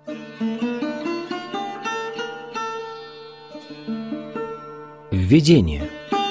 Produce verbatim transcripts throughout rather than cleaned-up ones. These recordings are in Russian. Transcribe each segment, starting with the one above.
Введение.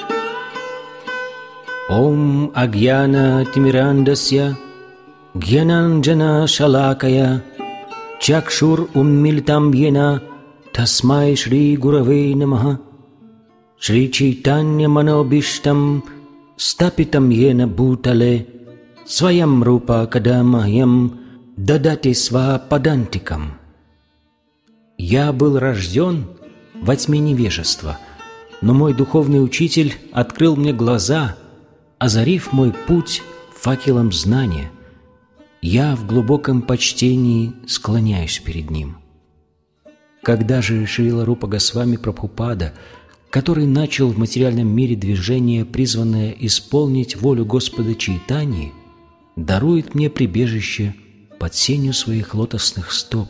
Ом агьяна тимирандасья гьянанджана шалакая чакшур уммилтам йена тасмай шри гуравей намаха шри чайтанья манобиштам стапитам йена бутале своям рупа кадамахьям дадати сва падантикам. Я был рожден во тьме невежества, но мой духовный учитель открыл мне глаза, озарив мой путь факелом знания. Я в глубоком почтении склоняюсь перед ним. Когда же Шрила Рупа Госвами Прабхупада, который начал в материальном мире движение, призванное исполнить волю Господа Чайтаньи, дарует мне прибежище под сенью своих лотосных стоп.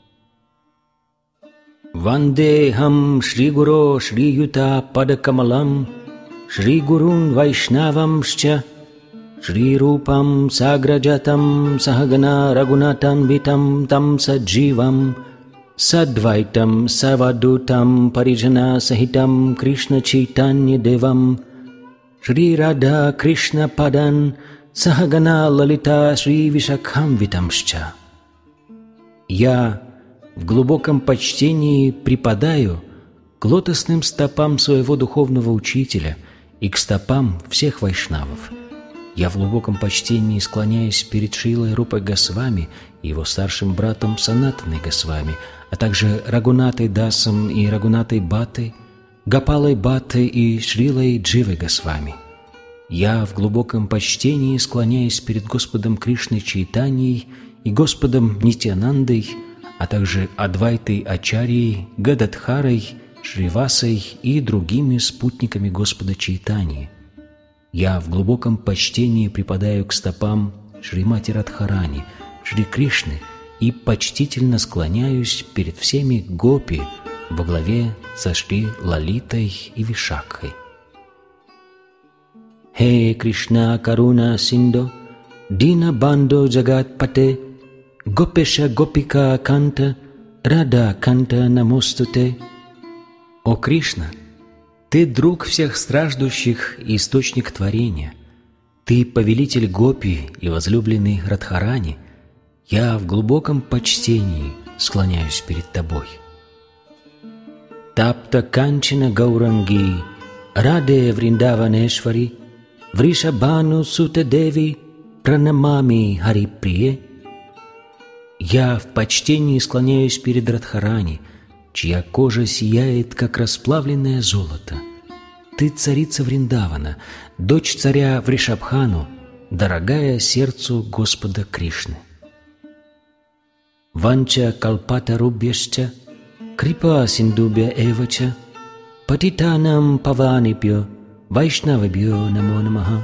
Вандехам Шри Гуро Шри Юта Падакамалам Шри Гурун Вайшнавамшча Шри Рупам Саграджатам Сахагана Рагунатан Витам Там Садживам Садвайтам Савадутам Париджана Сахитам Кришна Чайтанья Девам Шри Рада Кришна Падан Сахагана Лалита Шри Вишакхам Витамшча. Я в глубоком почтении припадаю к лотосным стопам своего духовного учителя и к стопам всех вайшнавов. Я в глубоком почтении склоняюсь перед Шрилой Рупой Госвами и его старшим братом Санатаной Госвами, а также Рагунатой Дасом и Рагунатой Бхаттой, Гопалой Бхаттой и Шрилой Дживой Госвами. Я в глубоком почтении склоняюсь перед Господом Кришной Чайтаньей и Господом Нитьянандой, а также Адвайтой Ачарьей, Гададхарой, Шривасой и другими спутниками Господа Чайтаньи. Я в глубоком почтении припадаю к стопам Шримати Радхарани, Шри Кришны и почтительно склоняюсь перед всеми гопи во главе со Шри Лалитой и Вишакхой. Хе Кришна Каруна Синдо, Дина Бандо Джагат Пате, Гопеша Гопика Канта, Рада Канта Намостуте. О Кришна, Ты друг всех страждущих и источник творения. Ты повелитель гопи и возлюбленный Радхарани. Я в глубоком почтении склоняюсь перед Тобой. Тапта Канчина Гауранги, Раде Вриндаванешвари, Вришабану Сута Деви, Пранамами Хариприе. Я в почтении склоняюсь перед Радхарани, чья кожа сияет, как расплавленное золото. Ты царица Вриндавана, дочь царя Вришабхану, дорогая сердцу Господа Кришны. Ванча Калпата Рубьяшча, Крипа Синдубья Эвача, Патитанам Паванипьо, Вайшнавабьо Намо Намаха.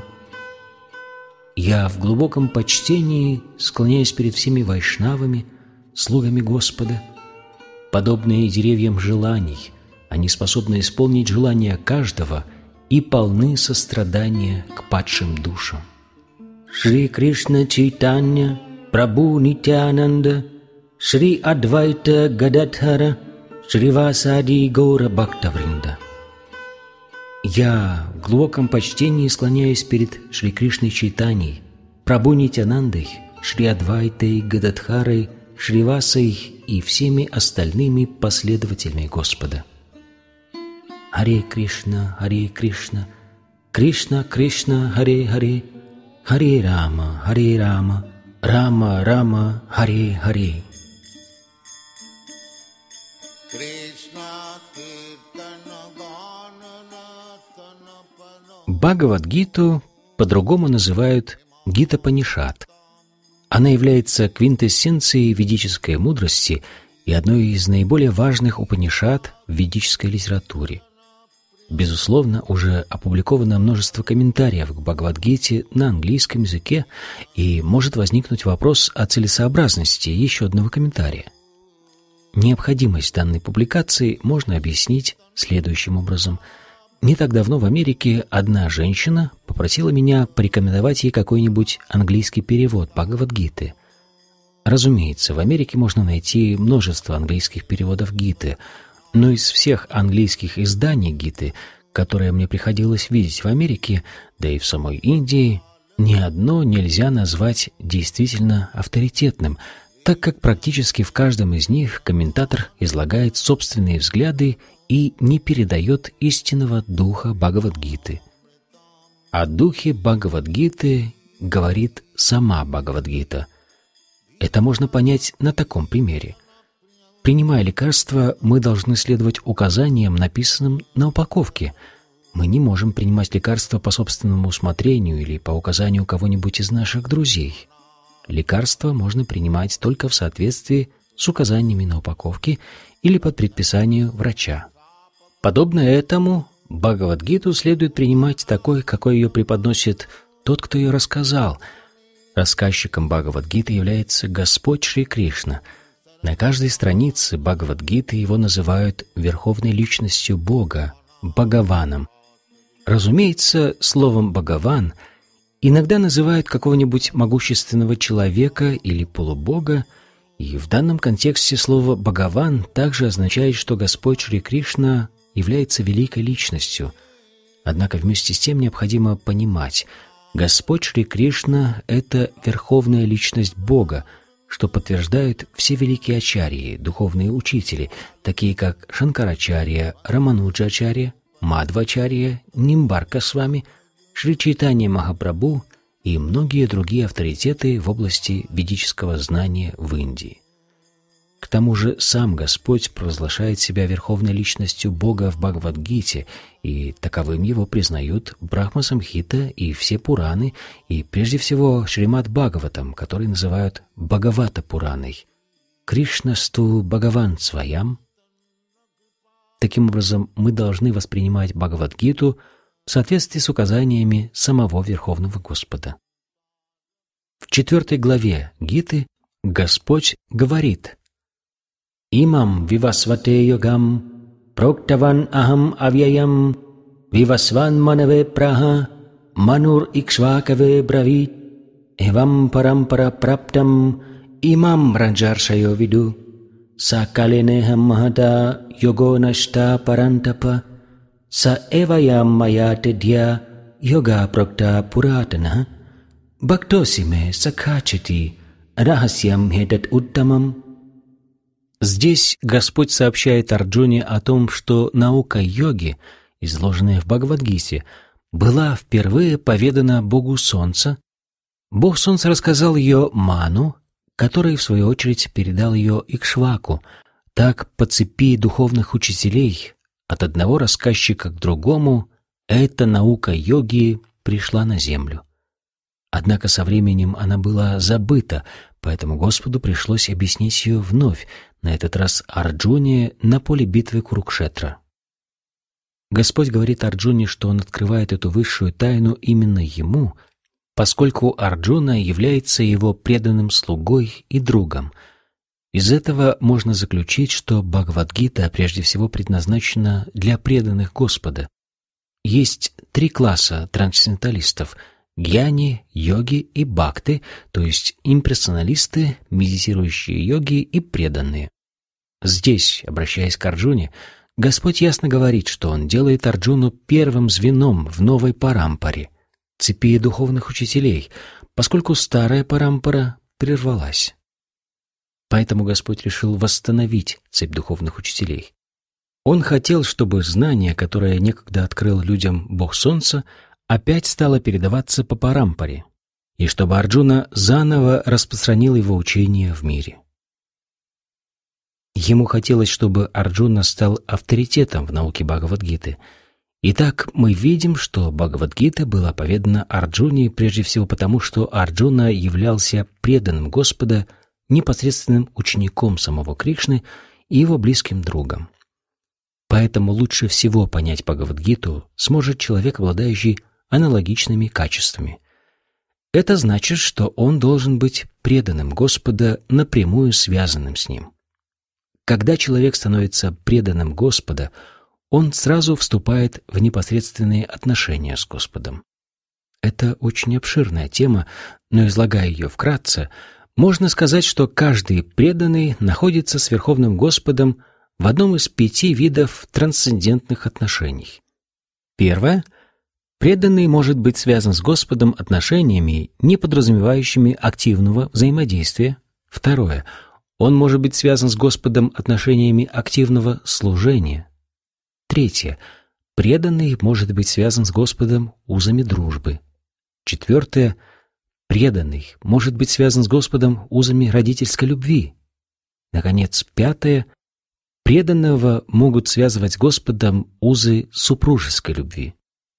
Я в глубоком почтении склоняюсь перед всеми вайшнавами, слугами Господа. Подобные деревьям желаний, они способны исполнить желания каждого и полны сострадания к падшим душам. Шри Кришна Чайтанья, Прабху Нитьянанда, Шри Адвайта Гададхара, Шривасади Гаура Бхактавринда. Я в глубоком почтении склоняюсь перед Шри Кришной Чайтаньей, Прабху Нитьянандой, Шри Адвайтой Гададхарой, Шривасой и всеми остальными последователями Господа. Харе Кришна, Харе Кришна, Кришна Кришна, Харе Харе, Харе Рама, Харе Рама, Рама Рама, Харе Харе. Бхагавад-гиту по-другому называют Гита-панишат. Она является квинтэссенцией ведической мудрости и одной из наиболее важных упанишат в ведической литературе. Безусловно, уже опубликовано множество комментариев к Бхагавад-гите на английском языке, и может возникнуть вопрос о целесообразности еще одного комментария. Необходимость данной публикации можно объяснить следующим образом. Не так давно в Америке одна женщина попросила меня порекомендовать ей какой-нибудь английский перевод Бхагавад-гиты. Разумеется, в Америке можно найти множество английских переводов Гиты, но из всех английских изданий Гиты, которые мне приходилось видеть в Америке, да и в самой Индии, ни одно нельзя назвать действительно авторитетным, так как практически в каждом из них комментатор излагает собственные взгляды и не передает истинного духа Бхагавад-гиты. О духе Бхагавад-гиты говорит сама Бхагавад-гита. Это можно понять на таком примере. Принимая лекарства, мы должны следовать указаниям, написанным на упаковке. Мы не можем принимать лекарства по собственному усмотрению или по указанию кого-нибудь из наших друзей. Лекарства можно принимать только в соответствии с указаниями на упаковке или под предписанием врача. Подобно этому, Бхагавад-гиту следует принимать такой, какой ее преподносит тот, кто ее рассказал. Рассказчиком Бхагавад-гиты является Господь Шри Кришна. На каждой странице Бхагавад-гиты его называют верховной личностью Бога, Бхагаваном. Разумеется, словом «Бхагаван» иногда называют какого-нибудь могущественного человека или полубога, и в данном контексте слово «Бхагаван» также означает, что Господь Шри Кришна является великой личностью. Однако вместе с тем необходимо понимать, Господь Шри Кришна — это верховная личность Бога, что подтверждают все великие ачарьи, духовные учители, такие как Шанкарачарья, Рамануджачарья, Мадхвачарья, Нимбарка-свами, Шри Чайтанья Махапрабху и многие другие авторитеты в области ведического знания в Индии. К тому же сам Господь провозглашает себя верховной личностью Бога в Бхагавад-гите, и таковым его признают Брахма-самхита и все Пураны, и прежде всего Шримад-Бхагаватам, который называют Бхагавата-Пураной, Кришнасту Бхагаван Сваям. Таким образом, мы должны воспринимать Бхагавад-гиту в соответствии с указаниями самого Верховного Господа. В четвертой главе Гиты Господь говорит: «Имам вивасвате йогам проктаван ахам авьяям вивасван манаве праха манур икшвакаве бравит эвам парампара праптам имам раджаршайо виду сакаленехам махата його нашта парантапа са эваям маятедья йога прокта пуратана бхактосиме сакхачати рахасьям хедат уттамам». Здесь Господь сообщает Арджуне о том, что наука йоги, изложенная в Бхагавад-гите, была впервые поведана Богу Солнца. Бог Солнца рассказал ее Ману, который, в свою очередь, передал ее Икшваку. Так, по цепи духовных учителей, от одного рассказчика к другому, эта наука йоги пришла на землю. Однако со временем она была забыта, поэтому Господу пришлось объяснить ее вновь, на этот раз Арджуне на поле битвы Курукшетра. Господь говорит Арджуне, что Он открывает эту высшую тайну именно ему, поскольку Арджуна является его преданным слугой и другом. Из этого можно заключить, что Бхагавад-гита прежде всего предназначена для преданных Господа. Есть три класса трансценденталистов — гьяни, йоги и бхакты, то есть имперсоналисты, медитирующие йоги и преданные. Здесь, обращаясь к Арджуне, Господь ясно говорит, что Он делает Арджуну первым звеном в новой парампаре, цепи духовных учителей, поскольку старая парампара прервалась. Поэтому Господь решил восстановить цепь духовных учителей. Он хотел, чтобы знание, которое некогда открыл людям Бог Солнца, опять стало передаваться по парампаре, и чтобы Арджуна заново распространил его учение в мире. Ему хотелось, чтобы Арджуна стал авторитетом в науке Бхагавад-гиты. Итак, мы видим, что Бхагавад-гита была поведана Арджуне прежде всего потому, что Арджуна являлся преданным Господа, непосредственным учеником самого Кришны и его близким другом. Поэтому лучше всего понять Бхагавад-гиту сможет человек, обладающий аналогичными качествами. Это значит, что он должен быть преданным Господа, напрямую связанным с Ним. Когда человек становится преданным Господа, он сразу вступает в непосредственные отношения с Господом. Это очень обширная тема, но, излагая ее вкратце, Можно сказать, что каждый преданный находится с Верховным Господом в одном из пяти видов трансцендентных отношений. Первое. Преданный может быть связан с Господом отношениями, не подразумевающими активного взаимодействия. Второе. Он может быть связан с Господом отношениями активного служения. Третье. Преданный может быть связан с Господом узами дружбы. Четвертое. Преданный может быть связан с Господом узами родительской любви. Наконец, пятое. Преданного могут связывать с Господом узы супружеской любви.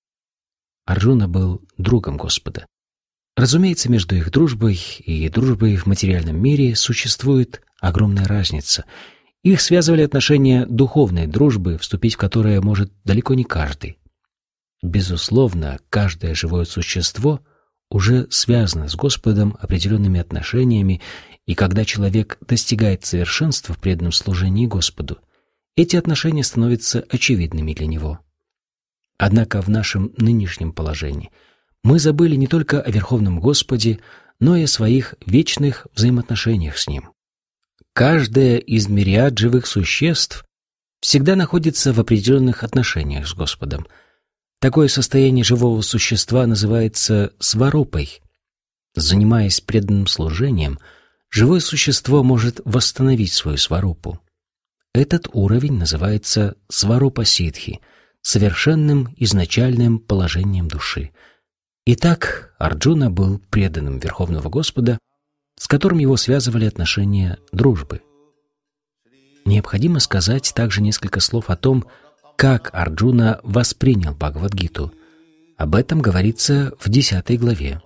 Арджуна был другом Господа. Разумеется, между их дружбой и дружбой в материальном мире существует огромная разница. Их связывали отношения духовной дружбы, вступить в которое может далеко не каждый. Безусловно, каждое живое существо уже связано с Господом определенными отношениями, и когда человек достигает совершенства в преданном служении Господу, эти отношения становятся очевидными для него. Однако в нашем нынешнем положении мы забыли не только о Верховном Господе, но и о своих вечных взаимоотношениях с Ним. Каждое из мириад живых существ всегда находится в определенных отношениях с Господом. Такое состояние живого существа называется сварупой. Занимаясь преданным служением, живое существо может восстановить свою сварупу. Этот уровень называется сварупа-сиддхи, совершенным изначальным положением души. Итак, Арджуна был преданным Верховного Господа, с которым его связывали отношения дружбы. Необходимо сказать также несколько слов о том, как Арджуна воспринял Бхагавад-гиту. Об этом говорится в десятой главе.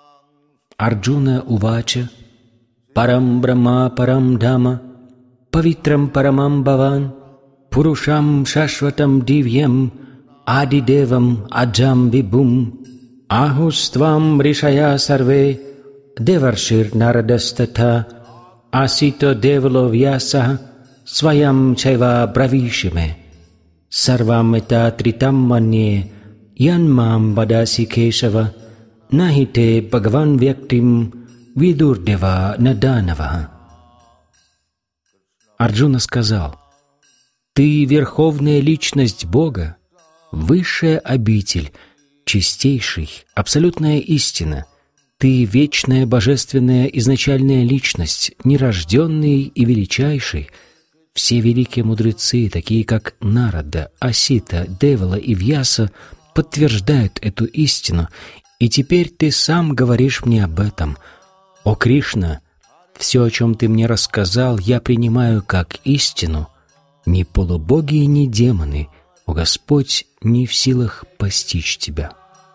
Арджуна увача парам брахма парам дхама павитрам парамам бхаван пурушам шашватам дивьям адидевам аджам вибум ахуствам ришая сарве деваршир нарадастата асито девало вьяса сваям чайва бравишиме сарвам эта тритам манье янмам вадаси кешава нахите бхагаван вьяктим видурдева наданава. Арджуна сказал: «Ты — верховная личность Бога, высшая обитель, чистейший, абсолютная истина. Ты — вечная божественная изначальная личность, нерожденный и величайший. Все великие мудрецы, такие как Нарада, Асита, Девала и Вьяса, подтверждают эту истину, и теперь ты сам говоришь мне об этом. О Кришна, все, о чем ты мне рассказал, я принимаю как истину. Ни полубоги, ни демоны, о Господь, не в силах постичь тебя».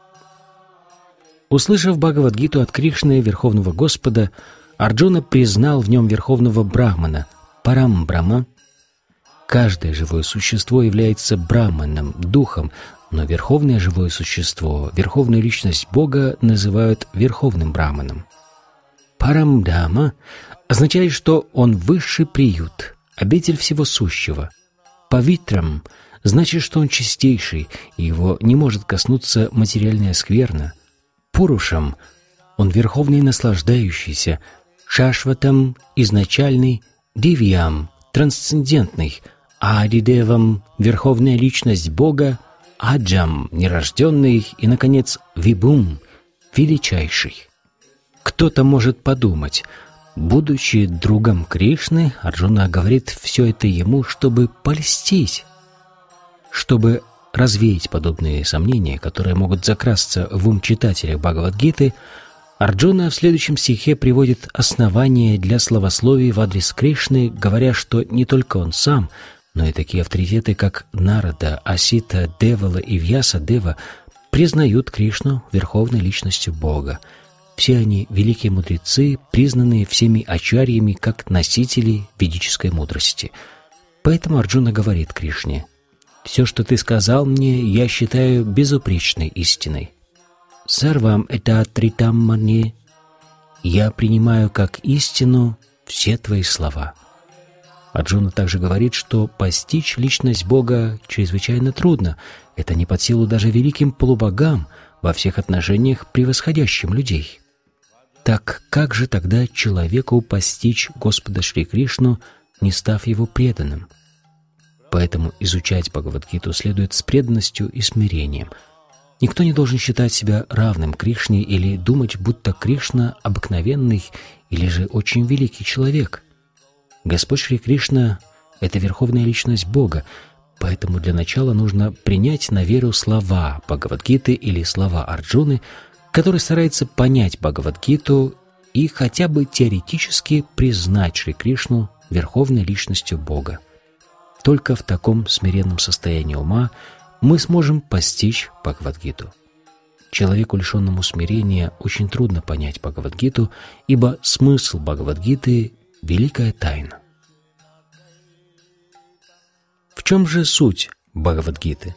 Услышав Бхагавад-гиту от Кришны, Верховного Господа, Арджуна признал в нем Верховного Брахмана, Парам Брахма. Каждое живое существо является Брахманом, духом, но верховное живое существо, верховную личность Бога называют Верховным Брахманом. Парам Дхама означает, что он высший приют, обитель всего сущего. Павитрам значит, что он чистейший, и его не может коснуться материальная скверна. Пурушам он верховный наслаждающийся, Шашватам изначальный, Дивьям трансцендентный, Адидевам верховная личность Бога, Аджам нерожденный и, наконец, Вибум величайший. Кто-то может подумать: будучи другом Кришны, Арджуна говорит все это ему, чтобы польстить. Чтобы развеять подобные сомнения, которые могут закрасться в ум читателя Бхагавад-гиты, Арджуна в следующем стихе приводит основания для славословий в адрес Кришны, говоря, что не только он сам, но и такие авторитеты, как Нарада, Асита, Девала и Вьяса-дева, признают Кришну верховной личностью Бога. Все они великие мудрецы, признанные всеми ачарьями как носители ведической мудрости. Поэтому Арджуна говорит Кришне: «Все, что ты сказал мне, я считаю безупречной истиной. Сарвам это тритам манье. Я принимаю как истину все твои слова». Арджуна также говорит, что постичь личность Бога чрезвычайно трудно. Это не под силу даже великим полубогам, во всех отношениях превосходящим людей. Так как же тогда человеку постичь Господа Шри Кришну, не став его преданным? Поэтому изучать Бхагавад-гиту следует с преданностью и смирением. Никто не должен считать себя равным Кришне или думать, будто Кришна обыкновенный или же очень великий человек. Господь Шри Кришна — это верховная личность Бога, поэтому для начала нужно принять на веру слова Бхагавад-гиты или слова Арджуны, который старается понять Бхагавад-гиту и хотя бы теоретически признать Шри Кришну верховной личностью Бога. Только в таком смиренном состоянии ума мы сможем постичь Бхагавад-гиту. Человеку, лишенному смирения, очень трудно понять Бхагавад-гиту, ибо смысл Бхагавад-гиты — великая тайна. В чем же суть Бхагавад-гиты?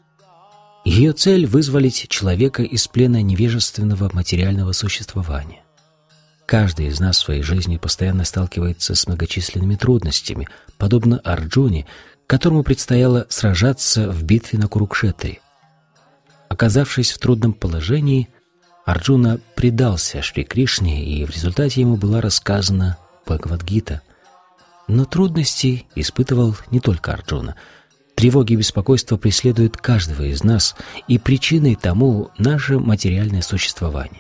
Ее цель — вызволить человека из плена невежественного материального существования. Каждый из нас в своей жизни постоянно сталкивается с многочисленными трудностями, подобно Арджуне, которому предстояло сражаться в битве на Курукшетре. Оказавшись в трудном положении, Арджуна предался Шри Кришне, и в результате ему была рассказана Бхагавад-гита. Но трудности испытывал не только Арджуна. Тревоги и беспокойство преследуют каждого из нас, и причиной тому наше материальное существование.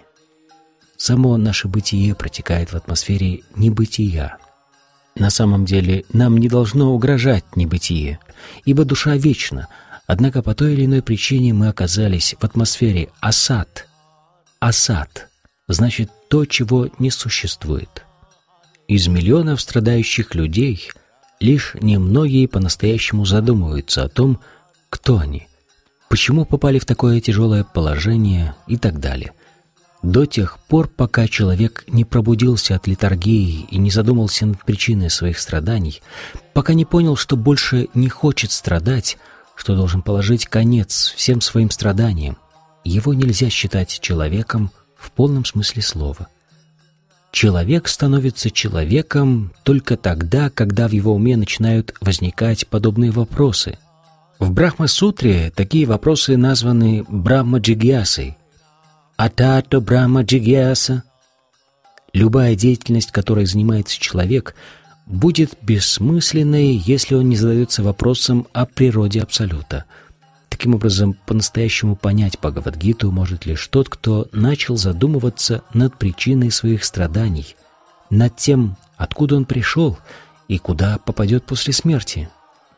Само наше бытие протекает в атмосфере небытия. На самом деле нам не должно угрожать небытие, ибо душа вечна, однако по той или иной причине мы оказались в атмосфере асат. Асат значит то, чего не существует. Из миллионов страдающих людей лишь немногие по-настоящему задумываются о том, кто они, почему попали в такое тяжелое положение и так далее. До тех пор, пока человек не пробудился от летаргии и не задумался над причиной своих страданий, пока не понял, что больше не хочет страдать, что должен положить конец всем своим страданиям, его нельзя считать человеком в полном смысле слова. Человек становится человеком только тогда, когда в его уме начинают возникать подобные вопросы. В Брахма-сутре такие вопросы названы Брахма-джигьясой. Атато Брахма-джигьяса. Любая деятельность, которой занимается человек, будет бессмысленной, если он не задается вопросом о природе Абсолюта. Таким образом, по-настоящему понять Бхагавад-гиту может лишь тот, кто начал задумываться над причиной своих страданий, над тем, откуда он пришел и куда попадет после смерти.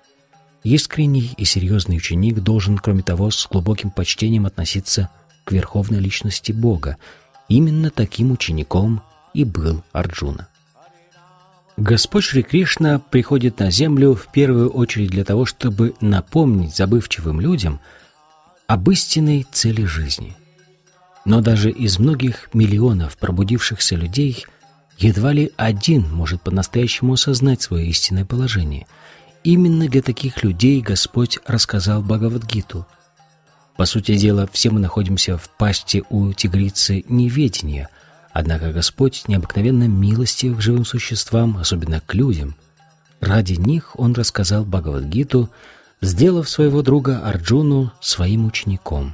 Искренний и серьезный ученик должен, кроме того, с глубоким почтением относиться к верховной личности Бога. Именно таким учеником и был Арджуна. Господь Шри Кришна приходит на землю в первую очередь для того, чтобы напомнить забывчивым людям об истинной цели жизни. Но даже из многих миллионов пробудившихся людей едва ли один может по-настоящему осознать свое истинное положение. Именно для таких людей Господь рассказал Бхагавад-гиту. По сути дела, все мы находимся в пасти у тигрицы неведения, однако Господь необыкновенно милостив к живым существам, особенно к людям. Ради них Он рассказал Бхагавад-гиту, сделав своего друга Арджуну своим учеником.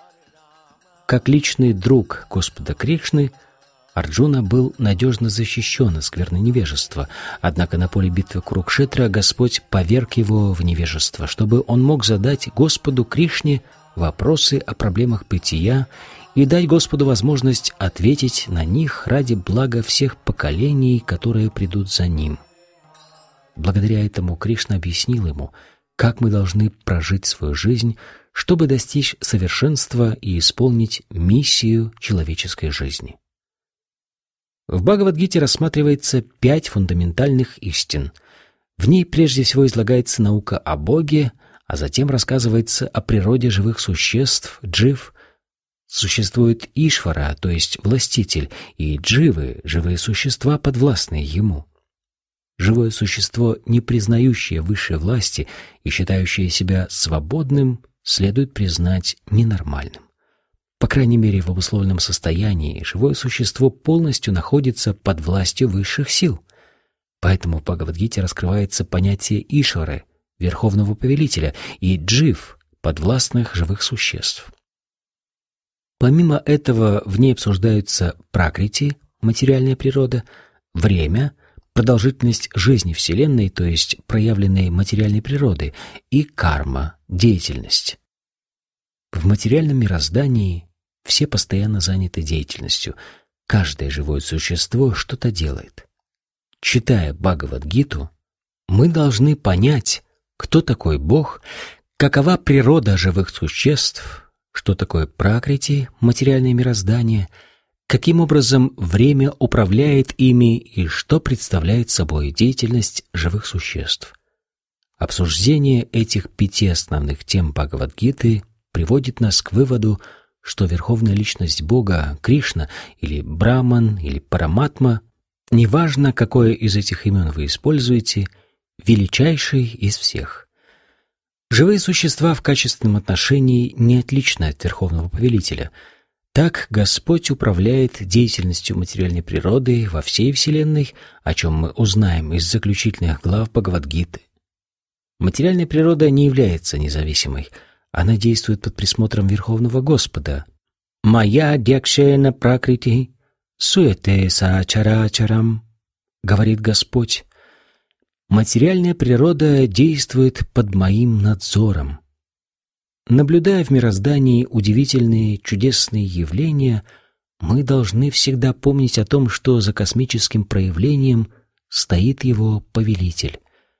Как личный друг Господа Кришны, Арджуна был надежно защищен от скверны невежества, однако на поле битвы Курукшетра Господь поверг его в невежество, чтобы он мог задать Господу Кришне вопросы о проблемах бытия и дать Господу возможность ответить на них ради блага всех поколений, которые придут за ним. Благодаря этому Кришна объяснил ему, как мы должны прожить свою жизнь, чтобы достичь совершенства и исполнить миссию человеческой жизни. В Бхагавад-гите рассматривается пять фундаментальных истин. В ней прежде всего излагается наука о Боге, а затем рассказывается о природе живых существ, джив. Существует Ишвара, то есть властитель, и дживы, живые существа, подвластные ему. Живое существо, не признающее высшей власти и считающее себя свободным, следует признать ненормальным. По крайней мере, в обусловленном состоянии живое существо полностью находится под властью высших сил. Поэтому в Бхагавад-гите раскрывается понятие Ишвары, верховного повелителя, и джив, подвластных живых существ. Помимо этого, в ней обсуждаются пракрити, материальная природа, время — продолжительность жизни Вселенной, то есть проявленной материальной природы, и карма — деятельность. В материальном мироздании все постоянно заняты деятельностью. Каждое живое существо что-то делает. Читая Бхагавад-гиту, мы должны понять, кто такой Бог, какова природа живых существ, что такое пракрити, материальное мироздание, каким образом время управляет ими и что представляет собой деятельность живых существ. Обсуждение этих пяти основных тем Бхагавад-гиты приводит нас к выводу, что Верховная Личность Бога, Кришна или Браман или Параматма, неважно, какое из этих имен вы используете, величайший из всех. Живые существа в качественном отношении не отличны от Верховного Повелителя. Так Господь управляет деятельностью материальной природы во всей Вселенной, о чем мы узнаем из заключительных глав Бхагавад-гиты. Материальная природа не является независимой. Она действует под присмотром Верховного Господа. «Мая дьякшена пракрити суете сачарачарам», — говорит Господь. Материальная природа действует под моим надзором. Наблюдая в мироздании удивительные, чудесные явления, мы должны всегда помнить о том, что за космическим проявлением стоит его повелитель.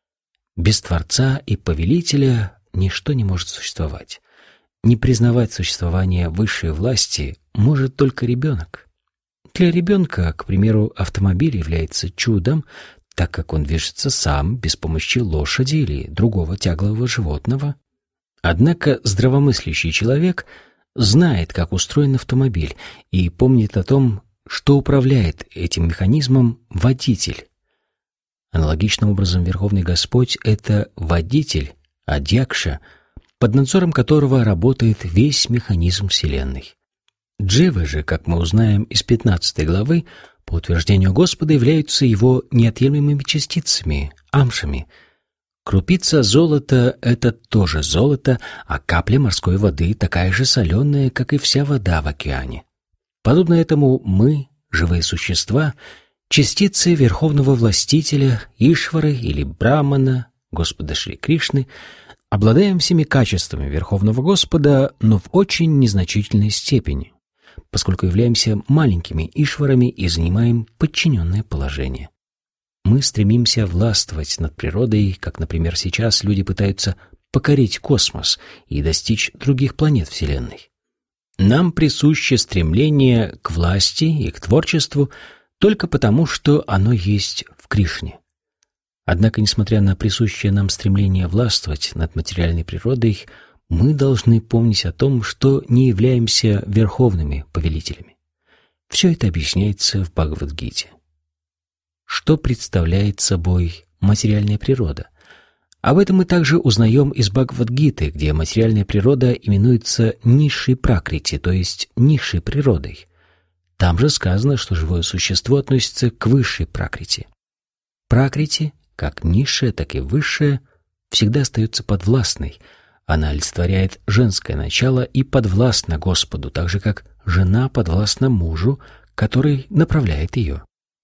Без Творца и Повелителя ничто не может существовать. Не признавать существование высшей власти может только ребенок. Для ребенка, к примеру, автомобиль является чудом, так как он движется сам, без помощи лошади или другого тяглового животного. Однако здравомыслящий человек знает, как устроен автомобиль, и помнит о том, что управляет этим механизмом водитель. Аналогичным образом Верховный Господь — это водитель, адьякша, под надзором которого работает весь механизм Вселенной. Дживы же, как мы узнаем из пятнадцатой главы, по утверждению Господа являются его неотъемлемыми частицами, амшами. Крупица золота — это тоже золото, а капля морской воды такая же соленая, как и вся вода в океане. Подобно этому мы, живые существа, частицы Верховного Властителя, Ишвары или Брамана, Господа Шри Кришны, обладаем всеми качествами Верховного Господа, но в очень незначительной степени, поскольку являемся маленькими ишварами и занимаем подчиненное положение. Мы стремимся властвовать над природой, как, например, сейчас люди пытаются покорить космос и достичь других планет Вселенной. Нам присуще стремление к власти и к творчеству только потому, что оно есть в Кришне. Однако, несмотря на присущее нам стремление властвовать над материальной природой, мы должны помнить о том, что не являемся верховными повелителями. Все это объясняется в Бхагавад-гите. Что представляет собой материальная природа? Об этом мы также узнаем из Бхагавад-гиты, где материальная природа именуется низшей пракрити, то есть низшей природой. Там же сказано, что живое существо относится к высшей пракрити. Пракрити, как низшая, так и высшая, всегда остается подвластной. Она олицетворяет женское начало и подвластна Господу, так же, как жена подвластна мужу, который направляет ее.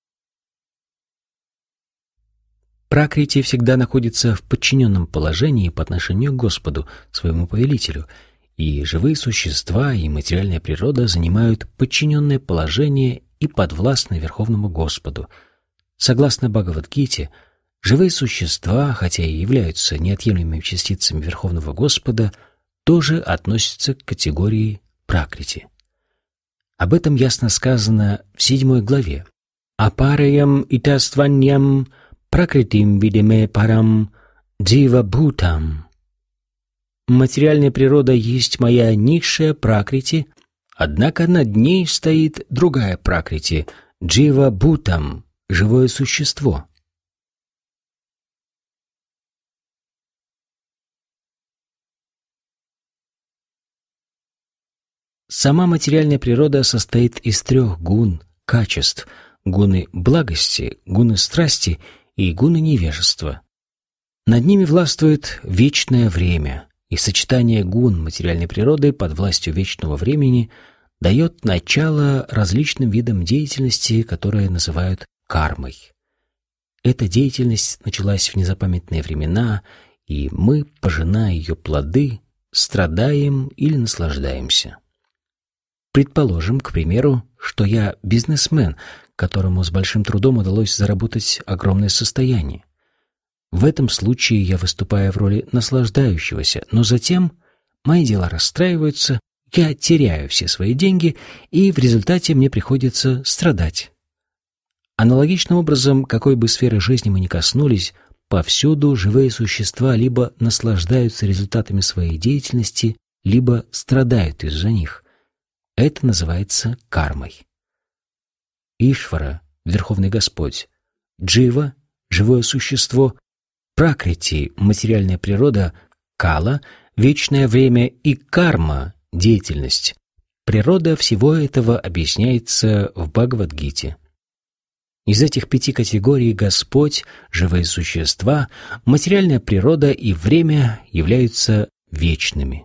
Пракрити всегда находится в подчиненном положении по отношению к Господу, своему повелителю, и живые существа и материальная природа занимают подчиненное положение и подвластны Верховному Господу. Согласно Бхагавад-гите, живые существа, хотя и являются неотъемлемыми частицами Верховного Господа, тоже относятся к категории пракрити. Об этом ясно сказано в седьмой главе. «Апараям итастваньям пракритим видиме парам джива бхутам». Материальная природа есть моя низшая пракрити, однако над ней стоит другая пракрити — джива бхутам, живое существо. Сама материальная природа состоит из трех гун, качеств: гуны благости, гуны страсти и гуны невежества. Над ними властвует вечное время, и сочетание гун материальной природы под властью вечного времени дает начало различным видам деятельности, которые называют кармой. Эта деятельность началась в незапамятные времена, и мы, пожиная ее плоды, страдаем или наслаждаемся. Предположим, к примеру, что я бизнесмен, которому с большим трудом удалось заработать огромное состояние. В этом случае я выступаю в роли наслаждающегося, но затем мои дела расстраиваются, я теряю все свои деньги, и в результате мне приходится страдать. Аналогичным образом, какой бы сферы жизни мы ни коснулись, повсюду живые существа либо наслаждаются результатами своей деятельности, либо страдают из-за них. Это называется кармой. Ишвара — Верховный Господь, Джива — живое существо, Пракрити — материальная природа, Кала — вечное время и карма — деятельность. Природа всего этого объясняется в Бхагавад-гите. Из этих пяти категорий Господь, живые существа, материальная природа и время являются вечными.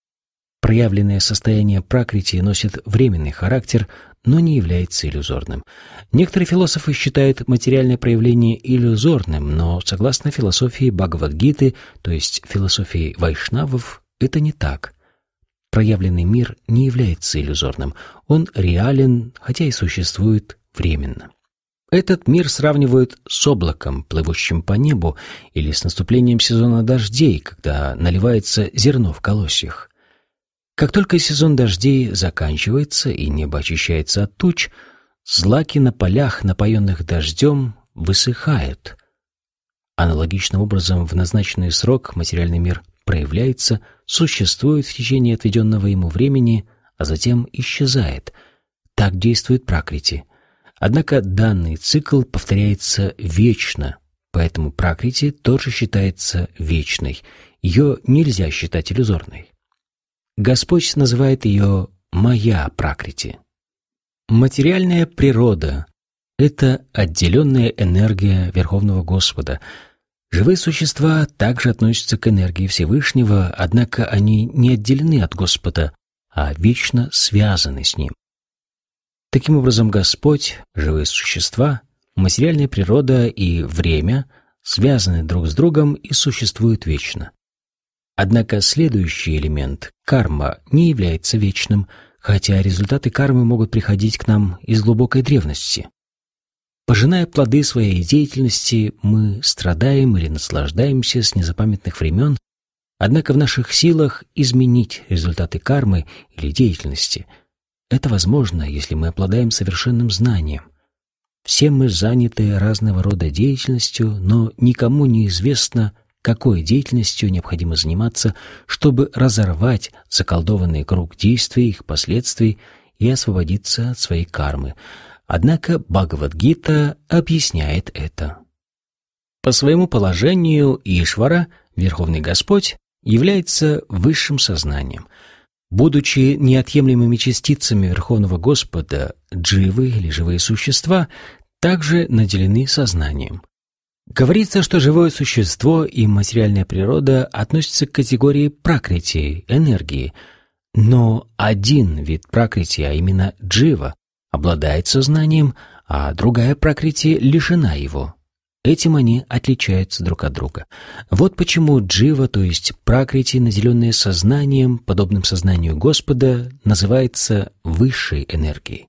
Проявленное состояние пракрити носит временный характер, но не является иллюзорным. Некоторые философы считают материальное проявление иллюзорным, но согласно философии Бхагавад-гиты, то есть философии вайшнавов, это не так. Проявленный мир не является иллюзорным, он реален, хотя и существует временно. Этот мир сравнивают с облаком, плывущим по небу, или с наступлением сезона дождей, когда наливается зерно в колосьях. Как только сезон дождей заканчивается и небо очищается от туч, злаки на полях, напоенных дождем, высыхают. Аналогичным образом в назначенный срок материальный мир проявляется, существует в течение отведенного ему времени, а затем исчезает. Так действует пракрити. Однако данный цикл повторяется вечно, поэтому пракрити тоже считается вечной. Ее нельзя считать иллюзорной. Господь называет ее «моя пракрити». Материальная природа — это отделенная энергия Верховного Господа. Живые существа также относятся к энергии Всевышнего, однако они не отделены от Господа, а вечно связаны с Ним. Таким образом, Господь, живые существа, материальная природа и время связаны друг с другом и существуют вечно. Однако следующий элемент, карма, не является вечным, хотя результаты кармы могут приходить к нам из глубокой древности. Пожиная плоды своей деятельности, мы страдаем или наслаждаемся с незапамятных времен, однако в наших силах изменить результаты кармы или деятельности. Это возможно, если мы обладаем совершенным знанием. Все мы заняты разного рода деятельностью, но никому не известно, какой деятельностью необходимо заниматься, чтобы разорвать заколдованный круг действий, их последствий и освободиться от своей кармы. Однако Бхагавад-гита объясняет это. По своему положению Ишвара, Верховный Господь, является высшим сознанием. Будучи неотъемлемыми частицами Верховного Господа, дживы или живые существа также наделены сознанием. Говорится, что живое существо и материальная природа относятся к категории пракрити, энергии, но один вид пракрити, а именно джива, обладает сознанием, а другая пракрити лишена его. Этим они отличаются друг от друга. Вот почему джива, то есть пракрити, наделенная сознанием, подобным сознанию Господа, называется высшей энергией.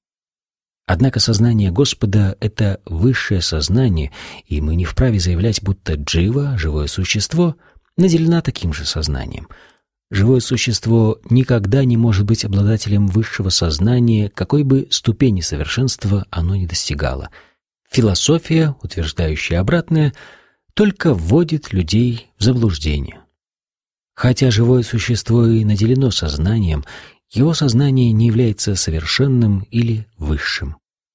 Однако сознание Господа — это высшее сознание, и мы не вправе заявлять, будто джива, живое существо, наделена таким же сознанием. Живое существо никогда не может быть обладателем высшего сознания, какой бы ступени совершенства оно ни достигало. Философия, утверждающая обратное, только вводит людей в заблуждение. Хотя живое существо и наделено сознанием, его сознание не является совершенным или высшим.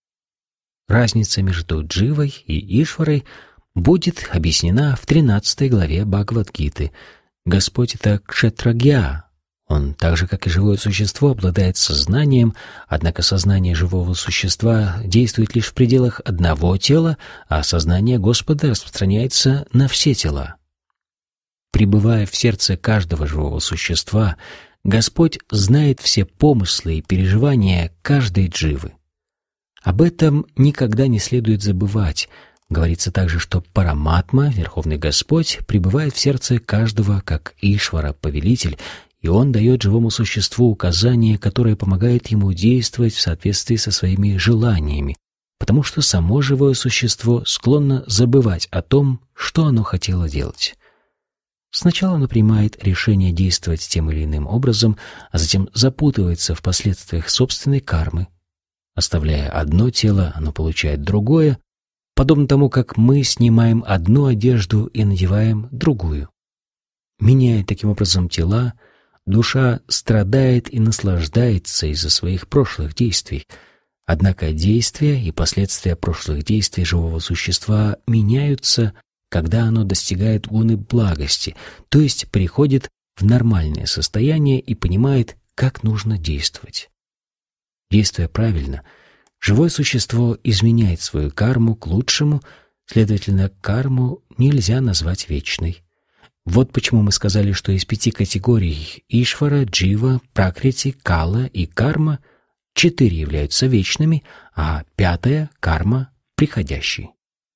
Разница между дживой и ишварой будет объяснена в тринадцатой главе Бхагавад-гиты. Господь — это кшетрагья. Он, так же как и живое существо, обладает сознанием, однако сознание живого существа действует лишь в пределах одного тела, а сознание Господа распространяется на все тела. Пребывая в сердце каждого живого существа, Господь знает все помыслы и переживания каждой дживы. Об этом никогда не следует забывать. Говорится также, что Параматма, Верховный Господь, пребывает в сердце каждого, как Ишвара, повелитель, и Он дает живому существу указания, которые помогают ему действовать в соответствии со своими желаниями, потому что само живое существо склонно забывать о том, что оно хотело делать. Сначала оно принимает решение действовать тем или иным образом, а затем запутывается в последствиях собственной кармы. Оставляя одно тело, оно получает другое, подобно тому, как мы снимаем одну одежду и надеваем другую. Меняя таким образом тела, душа страдает и наслаждается из-за своих прошлых действий. Однако действия и последствия прошлых действий живого существа меняются, когда оно достигает гуны благости, то есть приходит в нормальное состояние и понимает, как нужно действовать. Действуя правильно, живое существо изменяет свою карму к лучшему, следовательно, карму нельзя назвать вечной. Вот почему мы сказали, что из пяти категорий Ишвара, Джива, Пракрити, Кала и Карма четыре являются вечными, а пятая — карма — приходящей.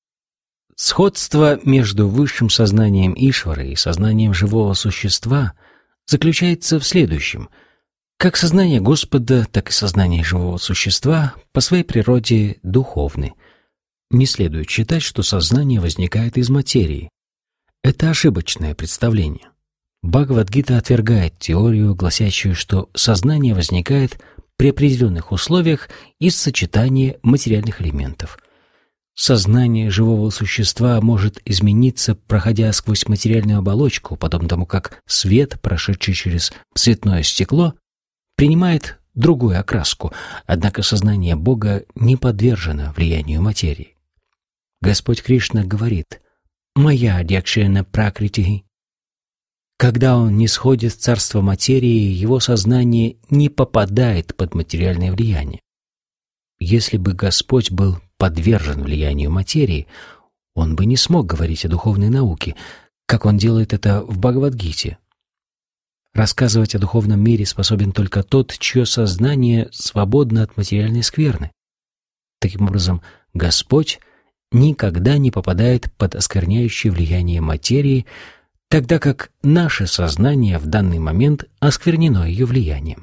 Сходство между высшим сознанием Ишвара и сознанием живого существа заключается в следующем. Как сознание Господа, так и сознание живого существа по своей природе духовны. Не следует считать, что сознание возникает из материи. Это ошибочное представление. Бхагавад-гита отвергает теорию, гласящую, что сознание возникает при определенных условиях из сочетания материальных элементов. Сознание живого существа может измениться, проходя сквозь материальную оболочку, подобно тому, как свет, прошедший через цветное стекло, принимает другую окраску, однако сознание Бога не подвержено влиянию материи. Господь Кришна говорит «Моя дьякшена пракрити». Когда он не сходит в царство материи, его сознание не попадает под материальное влияние. Если бы Господь был подвержен влиянию материи, он бы не смог говорить о духовной науке, как он делает это в Бхагавад-гите. Рассказывать о духовном мире способен только тот, чье сознание свободно от материальной скверны. Таким образом, Господь никогда не попадает под оскверняющее влияние материи, тогда как наше сознание в данный момент осквернено ее влиянием.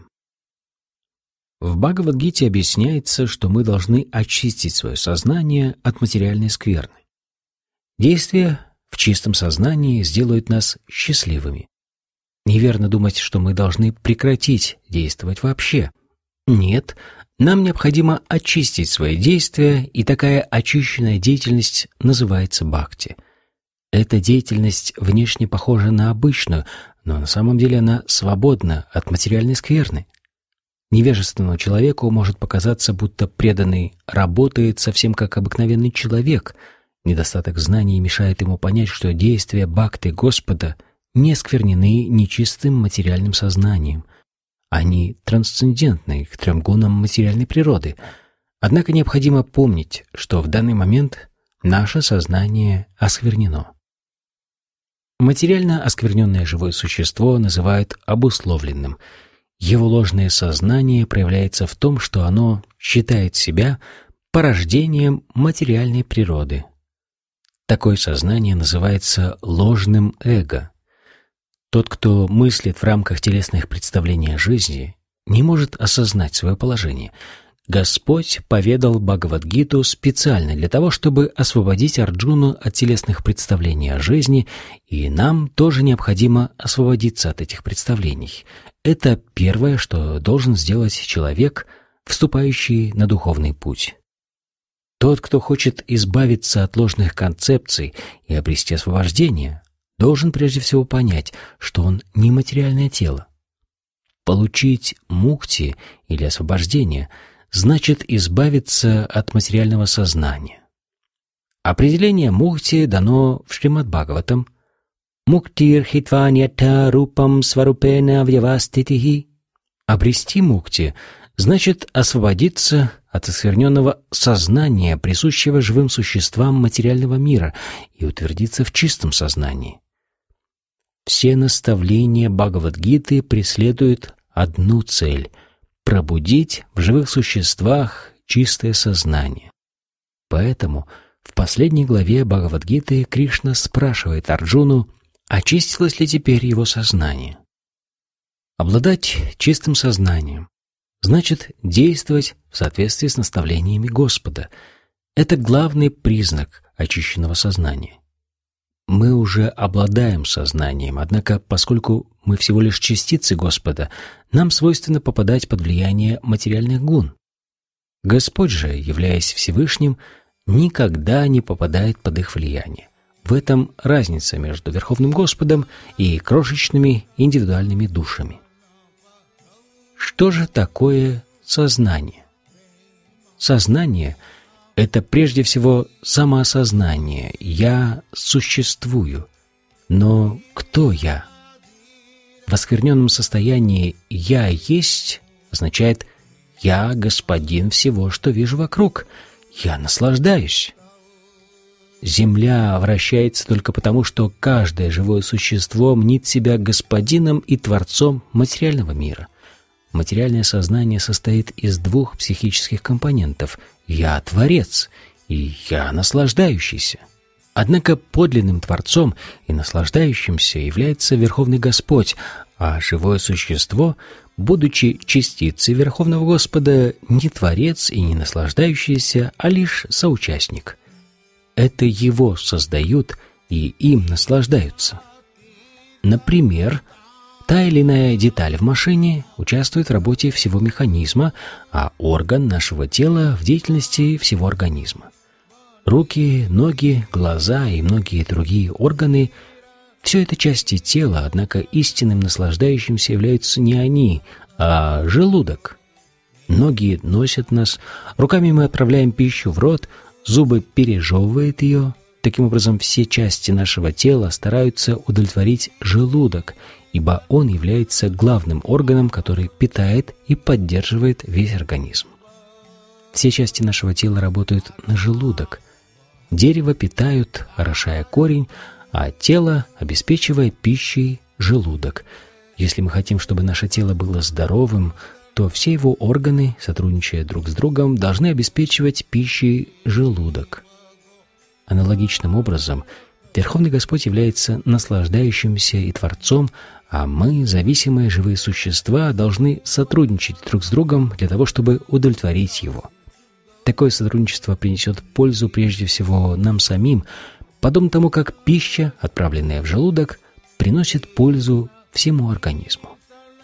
В Бхагавад-гите объясняется, что мы должны очистить свое сознание от материальной скверны. Действия в чистом сознании сделают нас счастливыми. Неверно думать, что мы должны прекратить действовать вообще. Нет, нам необходимо очистить свои действия, и такая очищенная деятельность называется бхакти. Эта деятельность внешне похожа на обычную, но на самом деле она свободна от материальной скверны. Невежественному человеку может показаться, будто преданный работает совсем как обыкновенный человек. Недостаток знаний мешает ему понять, что действия бхакти Господа не осквернены нечистым материальным сознанием. Они трансцендентны к трем гунам материальной природы. Однако необходимо помнить, что в данный момент наше сознание осквернено. Материально оскверненное живое существо называют обусловленным. Его ложное сознание проявляется в том, что оно считает себя порождением материальной природы. Такое сознание называется ложным эго. Тот, кто мыслит в рамках телесных представлений о жизни, не может осознать свое положение. Господь поведал Бхагавад-гиту специально для того, чтобы освободить Арджуну от телесных представлений о жизни, и нам тоже необходимо освободиться от этих представлений. Это первое, что должен сделать человек, вступающий на духовный путь. Тот, кто хочет избавиться от ложных концепций и обрести освобождение, должен прежде всего понять, что он не материальное тело. Получить мукти или освобождение значит избавиться от материального сознания. Определение мукти дано в Шримад-Бхагаватам. «Муктир хитва ньятта рупам сварупена вьяваститихи». Обрести мукти значит освободиться от оскверненного сознания, присущего живым существам материального мира, и утвердиться в чистом сознании. Все наставления Бхагавад-гиты преследуют одну цель — пробудить в живых существах чистое сознание. Поэтому в последней главе Бхагавад-гиты Кришна спрашивает Арджуну, очистилось ли теперь его сознание. Обладать чистым сознанием значит действовать в соответствии с наставлениями Господа. Это главный признак очищенного сознания. Мы уже обладаем сознанием, однако, поскольку мы всего лишь частицы Господа, нам свойственно попадать под влияние материальных гун. Господь же, являясь Всевышним, никогда не попадает под их влияние. В этом разница между Верховным Господом и крошечными индивидуальными душами. Что же такое сознание? Сознание — это прежде всего самоосознание. Я существую. Но кто я? В оскверненном состоянии «я есть» означает «я господин всего, что вижу вокруг». Я наслаждаюсь. Земля вращается только потому, что каждое живое существо мнит себя господином и творцом материального мира. Материальное сознание состоит из двух психических компонентов — «я творец» и «я наслаждающийся». Однако подлинным творцом и наслаждающимся является Верховный Господь, а живое существо, будучи частицей Верховного Господа, не творец и не наслаждающийся, а лишь соучастник. Это его создают и им наслаждаются. Например, та или иная деталь в машине участвует в работе всего механизма, а орган нашего тела в деятельности всего организма. Руки, ноги, глаза и многие другие органы — все это части тела, однако истинным наслаждающимся являются не они, а желудок. Ноги носят нас, руками мы отправляем пищу в рот, зубы пережевывают ее. Таким образом, все части нашего тела стараются удовлетворить желудок, ибо он является главным органом, который питает и поддерживает весь организм. Все части нашего тела работают на желудок. Дерево питают, орошая корень, а тело обеспечивая пищей желудок. Если мы хотим, чтобы наше тело было здоровым, то все его органы, сотрудничая друг с другом, должны обеспечивать пищей желудок. Аналогичным образом, Верховный Господь является наслаждающимся и Творцом, а мы, зависимые живые существа, должны сотрудничать друг с другом для того, чтобы удовлетворить Его. Такое сотрудничество принесет пользу прежде всего нам самим, подобно тому, как пища, отправленная в желудок, приносит пользу всему организму.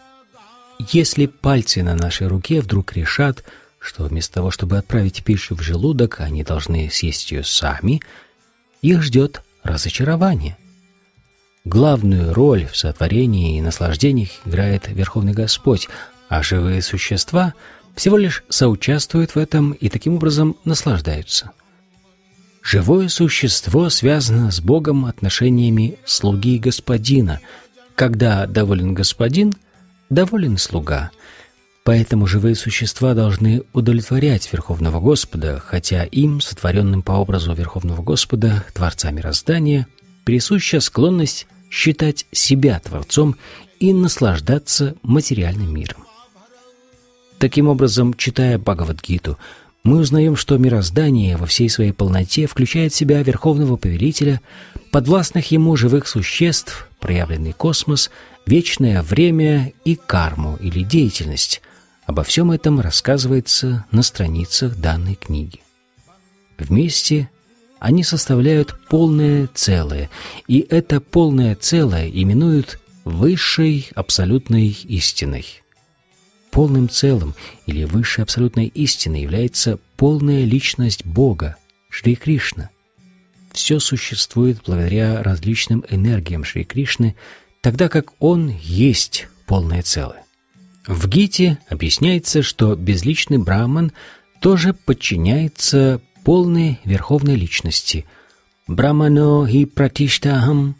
Если пальцы на нашей руке вдруг решат, что вместо того, чтобы отправить пищу в желудок, они должны съесть ее сами, их ждет разочарование. Главную роль в сотворении и наслаждениях играет Верховный Господь, а живые существа всего лишь соучаствуют в этом и таким образом наслаждаются. Живое существо связано с Богом отношениями слуги и господина. Когда доволен господин, доволен слуга. Поэтому живые существа должны удовлетворять Верховного Господа, хотя им, сотворенным по образу Верховного Господа, Творца мироздания, присуща склонность считать себя Творцом и наслаждаться материальным миром. Таким образом, читая Бхагавад-гиту, мы узнаем, что мироздание во всей своей полноте включает в себя Верховного Повелителя, подвластных ему живых существ, проявленный космос, вечное время и карму или деятельность. Обо всем этом рассказывается на страницах данной книги. Вместе они составляют полное целое, и это полное целое именуют высшей абсолютной истиной. Полным целым или высшей абсолютной истиной является полная личность Бога, Шри Кришна. Все существует благодаря различным энергиям Шри Кришны, тогда как Он есть полное целое. В Гите объясняется, что безличный Брахман тоже подчиняется полной верховной личности Брахмано хи пратиштахам.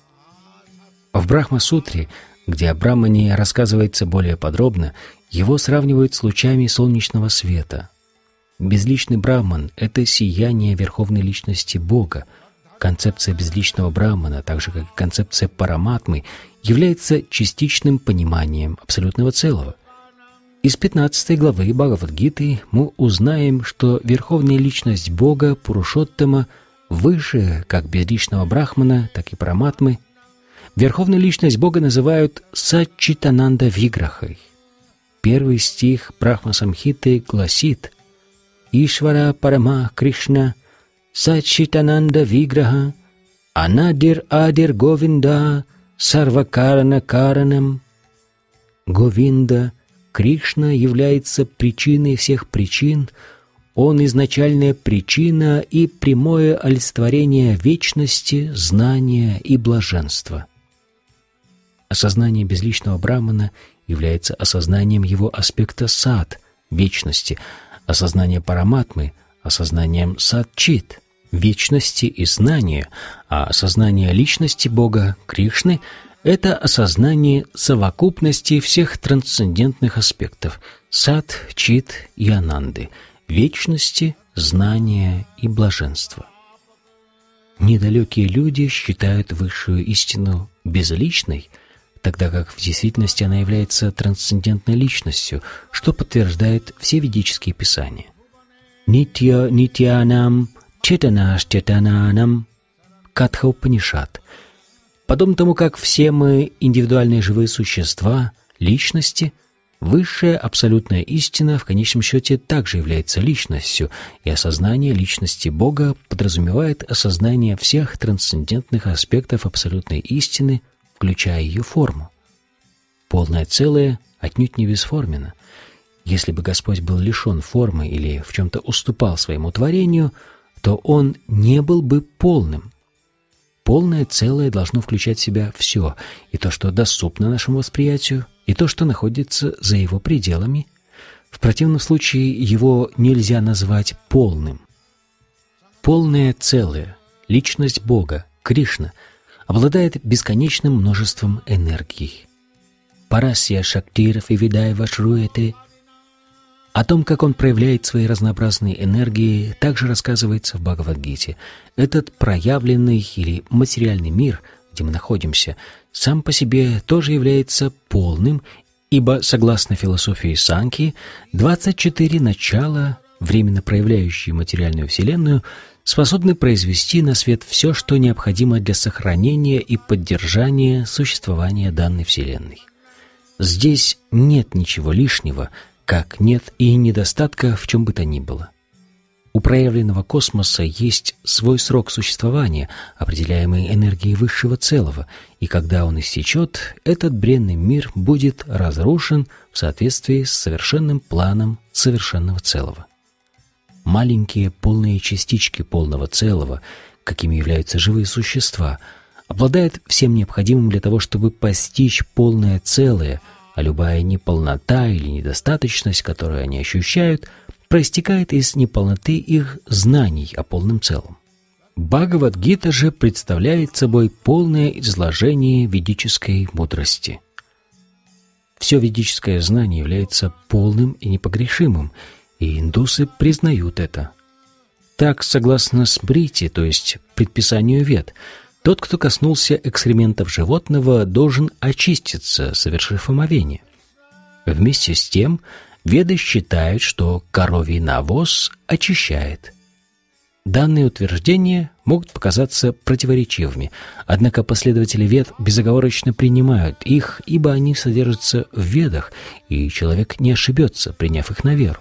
В Брахма-сутре, где о Брахмане рассказывается более подробно, его сравнивают с лучами солнечного света. Безличный Брахман — это сияние верховной личности Бога. Концепция безличного Брахмана, так же как и концепция Параматмы, является частичным пониманием абсолютного целого. Из пятнадцатой главы Бхагавад-гиты мы узнаем, что верховная личность Бога, Пурушоттама, выше как безличного Брахмана, так и Параматмы. Верховную личность Бога называют Саччитананда Виграхой. Первый стих Брахма-самхиты гласит: «Ишвара Парама Кришна Саччитананда Виграха Анадир Адир Говинда Сарвакарана Каранам». Говинда, Кришна, является причиной всех причин, Он изначальная причина и прямое олицетворение вечности, знания и блаженства. Осознание безличного Брахмана является осознанием его аспекта сад, вечности, осознание Параматмы — осознанием сад-чит, вечности и знания, а осознание личности Бога, Кришны — это осознание совокупности всех трансцендентных аспектов сад, чит и ананды, вечности, знания и блаженства. Недалекие люди считают высшую истину безличной, тогда как в действительности она является трансцендентной личностью, что подтверждает все ведические писания. Нитья нитьянам четанаш четананам Катха Упанишад. Подобно тому, как все мы индивидуальные живые существа, личности, высшая абсолютная истина в конечном счете также является личностью, и осознание личности Бога подразумевает осознание всех трансцендентных аспектов абсолютной истины, включая ее форму. Полное целое отнюдь не бесформенно. Если бы Господь был лишен формы или в чем-то уступал своему творению, то Он не был бы полным. Полное целое должно включать в себя все, и то, что доступно нашему восприятию, и то, что находится за его пределами. В противном случае его нельзя назвать полным. Полное целое, личность Бога, Кришна, обладает бесконечным множеством энергий. Парасья Шактир Вивидай Вашруэте. О том, как он проявляет свои разнообразные энергии, также рассказывается в Бхагавад-гите. Этот проявленный или материальный мир, где мы находимся, сам по себе тоже является полным, ибо, согласно философии Санки, двадцать четыре начала, временно проявляющие материальную Вселенную, способны произвести на свет все, что необходимо для сохранения и поддержания существования данной Вселенной. Здесь нет ничего лишнего, как нет и недостатка в чем бы то ни было. У проявленного космоса есть свой срок существования, определяемый энергией высшего целого, и когда он истечет, этот бренный мир будет разрушен в соответствии с совершенным планом совершенного целого. Маленькие полные частички полного целого, какими являются живые существа, обладают всем необходимым для того, чтобы постичь полное целое, а любая неполнота или недостаточность, которую они ощущают, проистекает из неполноты их знаний о полном целом. Бхагавад-гита же представляет собой полное изложение ведической мудрости. Все ведическое знание является полным и непогрешимым, и индусы признают это. Так, согласно Смрити, то есть предписанию Вед, тот, кто коснулся экскрементов животного, должен очиститься, совершив омовение. Вместе с тем, Веды считают, что коровий навоз очищает. Данные утверждения могут показаться противоречивыми, однако последователи Вед безоговорочно принимают их, ибо они содержатся в Ведах, и человек не ошибется, приняв их на веру.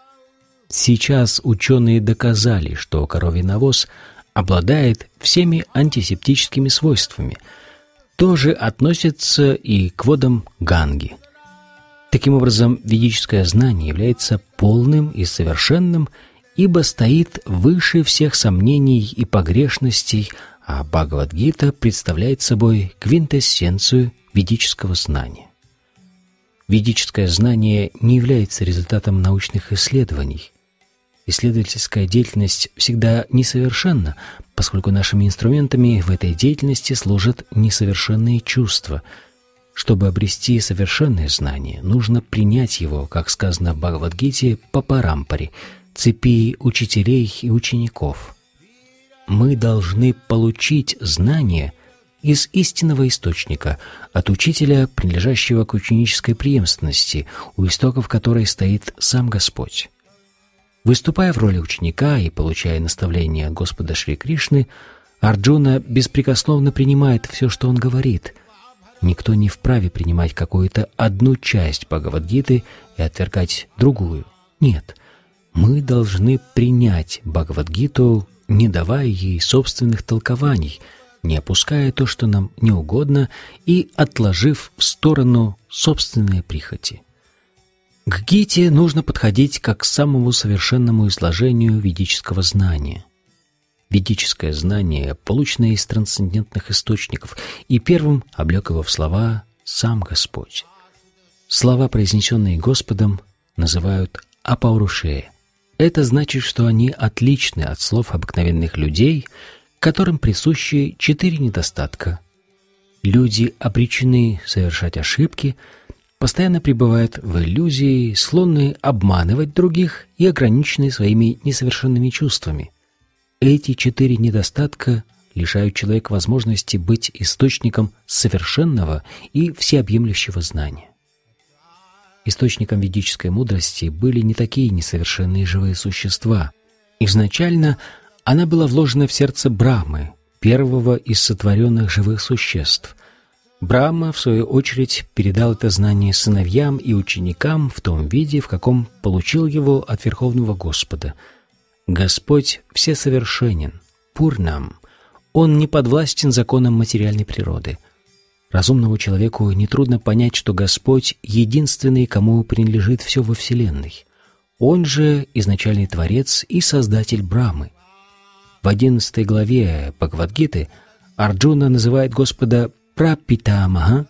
Сейчас ученые доказали, что коровий навоз обладает всеми антисептическими свойствами. Тоже относится и к водам Ганги. Таким образом, ведическое знание является полным и совершенным, ибо стоит выше всех сомнений и погрешностей, а Бхагавад-гита представляет собой квинтэссенцию ведического знания. Ведическое знание не является результатом научных исследований. Исследовательская деятельность всегда несовершенна, поскольку нашими инструментами в этой деятельности служат несовершенные чувства. Чтобы обрести совершенное знание, нужно принять его, как сказано в Бхагавад-гите, по парампаре, цепи учителей и учеников. Мы должны получить знания из истинного источника, от учителя, принадлежащего к ученической преемственности, у истоков которой стоит сам Господь. Выступая в роли ученика и получая наставления от Господа Шри Кришны, Арджуна беспрекословно принимает все, что он говорит. Никто не вправе принимать какую-то одну часть Бхагавад-гиты и отвергать другую. Нет, мы должны принять Бхагавад-гиту, не давая ей собственных толкований, не опуская то, что нам не угодно, и отложив в сторону собственные прихоти. К гите нужно подходить как к самому совершенному изложению ведического знания. Ведическое знание, полученное из трансцендентных источников, и первым облек его в слова сам Господь. Слова, произнесенные Господом, называют апаурушея. Это значит, что они отличны от слов обыкновенных людей, которым присущи четыре недостатка. Люди обречены совершать ошибки, постоянно пребывают в иллюзии, склонны обманывать других и ограничены своими несовершенными чувствами. Эти четыре недостатка лишают человека возможности быть источником совершенного и всеобъемлющего знания. Источником ведической мудрости были не такие несовершенные живые существа. Изначально она была вложена в сердце Брахмы, первого из сотворенных живых существ. Брахма, в свою очередь, передал это знание сыновьям и ученикам в том виде, в каком получил его от Верховного Господа. Господь всесовершенен, Пурнам. Он не подвластен законам материальной природы. Разумному человеку нетрудно понять, что Господь — единственный, кому принадлежит все во Вселенной. Он же изначальный Творец и Создатель Брахмы. В одиннадцатой главе Бхагавад-гиты Арджуна называет Господа Прапитамаха.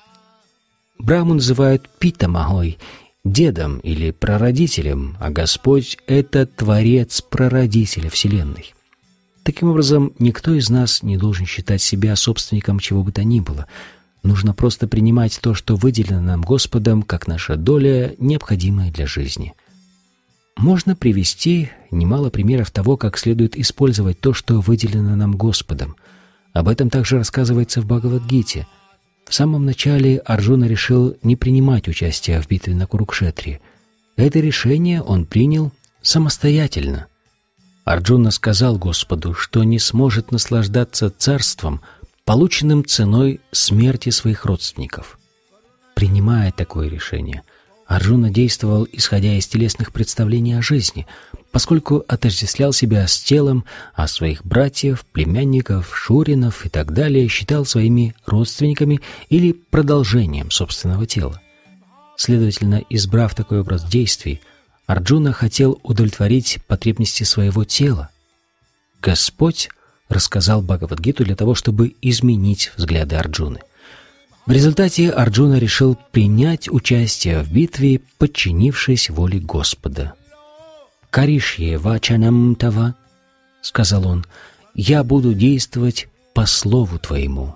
Брахму называют Питамахой, дедом или прародителем, а Господь — это Творец прародителя Вселенной. Таким образом, никто из нас не должен считать себя собственником чего бы то ни было. Нужно просто принимать то, что выделено нам Господом, как наша доля, необходимая для жизни. Можно привести немало примеров того, как следует использовать то, что выделено нам Господом. Об этом также рассказывается в Бхагавад-гите. В самом начале Арджуна решил не принимать участие в битве на Курукшетре. Это решение он принял самостоятельно. Арджуна сказал Господу, что не сможет наслаждаться царством, полученным ценой смерти своих родственников. Принимая такое решение, Арджуна действовал, исходя из телесных представлений о жизни, поскольку отождествлял себя с телом, а своих братьев, племянников, шуринов и так далее считал своими родственниками или продолжением собственного тела. Следовательно, избрав такой образ действий, Арджуна хотел удовлетворить потребности своего тела. Господь рассказал Бхагавад-гиту для того, чтобы изменить взгляды Арджуны. В результате Арджуна решил принять участие в битве, подчинившись воле Господа. «Каришье вачанам тава», — сказал он, — «я буду действовать по слову твоему».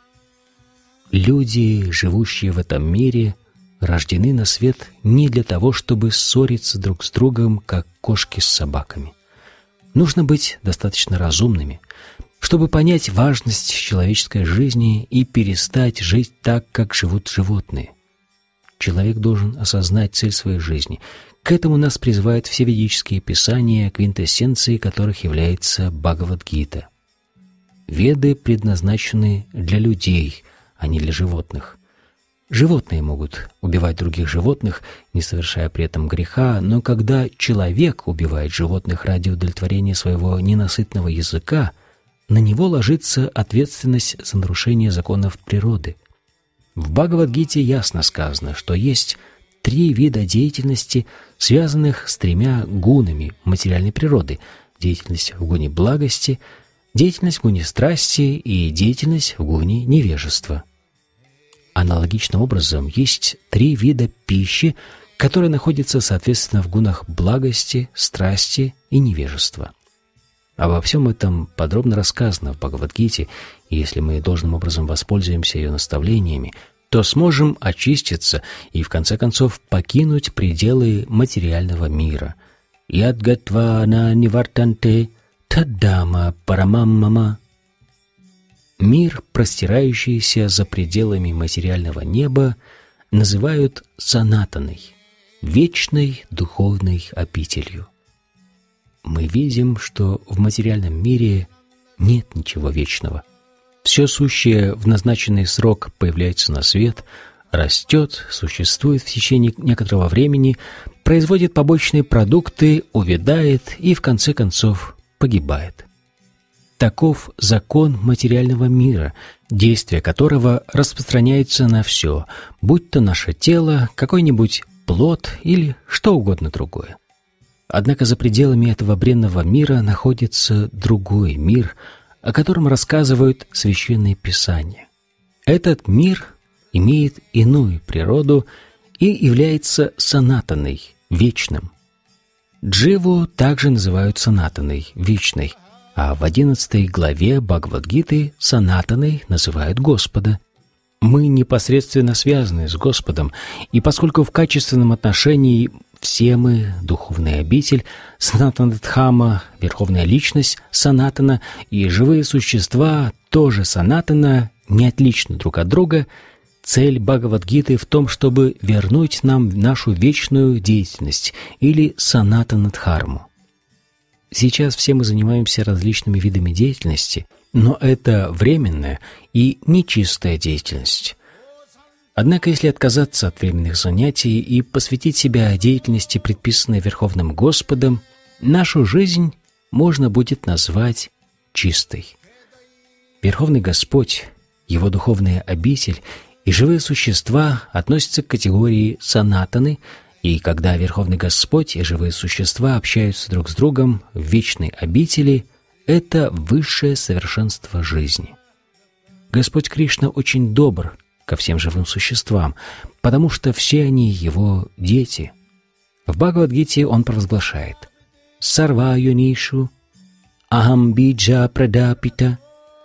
Люди, живущие в этом мире, рождены на свет не для того, чтобы ссориться друг с другом, как кошки с собаками. Нужно быть достаточно разумными, чтобы понять важность человеческой жизни и перестать жить так, как живут животные. Человек должен осознать цель своей жизни. К этому нас призывают все ведические писания, квинтэссенцией которых является Бхагавад-гита. Веды предназначены для людей, а не для животных. Животные могут убивать других животных, не совершая при этом греха, но когда человек убивает животных ради удовлетворения своего ненасытного языка, на него ложится ответственность за нарушение законов природы. В Бхагавад-гите ясно сказано, что есть три вида деятельности, связанных с тремя гунами материальной природы: деятельность в гуне благости, деятельность в гуне страсти и деятельность в гуне невежества. Аналогичным образом есть три вида пищи, которые находятся соответственно в гунах благости, страсти и невежества. Обо всем этом подробно рассказано в Бхагавад-гите, и если мы должным образом воспользуемся ее наставлениями, то сможем очиститься и, в конце концов, покинуть пределы материального мира. «Ядгатва на нивартанте Таддама Парамаммама. Мир, простирающийся за пределами материального неба, называют санатаной, вечной духовной обителью. Мы видим, что в материальном мире нет ничего вечного. Все сущее в назначенный срок появляется на свет, растет, существует в течение некоторого времени, производит побочные продукты, увядает и, в конце концов, погибает. Таков закон материального мира, действие которого распространяется на все, будь то наше тело, какой-нибудь плод или что угодно другое. Однако за пределами этого бренного мира находится другой мир, о котором рассказывают священные писания. Этот мир имеет иную природу и является санатаной, вечным. Дживу также называют санатаной, вечной, а в одиннадцатой главе Бхагавад-гиты санатаной называют Господа. Мы непосредственно связаны с Господом, и поскольку в качественном отношении все мы — духовная обитель, Санатана-дхамма, верховная личность Санатана, и живые существа, тоже Санатана, не отличны друг от друга, цель Бхагавад-гиты в том, чтобы вернуть нам нашу вечную деятельность, или Санатана-дхарму. Сейчас все мы занимаемся различными видами деятельности, но это временная и нечистая деятельность. Однако, если отказаться от временных занятий и посвятить себя деятельности, предписанной Верховным Господом, нашу жизнь можно будет назвать чистой. Верховный Господь, Его духовная обитель и живые существа относятся к категории санатаны, и когда Верховный Господь и живые существа общаются друг с другом в вечной обители, это высшее совершенство жизни. Господь Кришна очень добр ко всем живым существам, потому что все они Его дети. В Бхагавад-гите Он провозглашает «Сарва юнишу ахам биджа прадапита»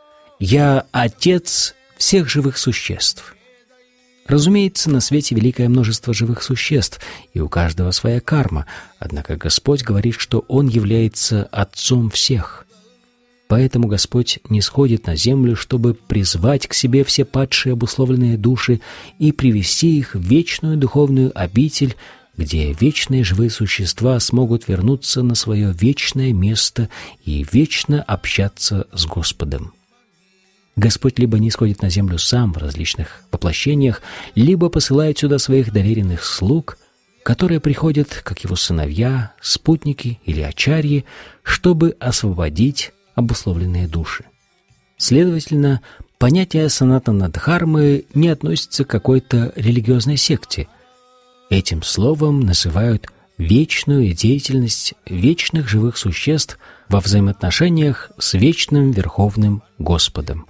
«Я Отец всех живых существ». Разумеется, на свете великое множество живых существ, и у каждого своя карма, однако Господь говорит, что Он является Отцом всех. Поэтому Господь не сходит на землю, чтобы призвать к себе все падшие обусловленные души и привести их в вечную духовную обитель, где вечные живые существа смогут вернуться на свое вечное место и вечно общаться с Господом. Господь либо не сходит на землю сам в различных воплощениях, либо посылает сюда своих доверенных слуг, которые приходят, как Его сыновья, спутники или ачарьи, чтобы освободить обусловленные души. Следовательно, понятие санатана-дхармы не относится к какой-то религиозной секте. Этим словом называют вечную деятельность вечных живых существ во взаимоотношениях с вечным Верховным Господом.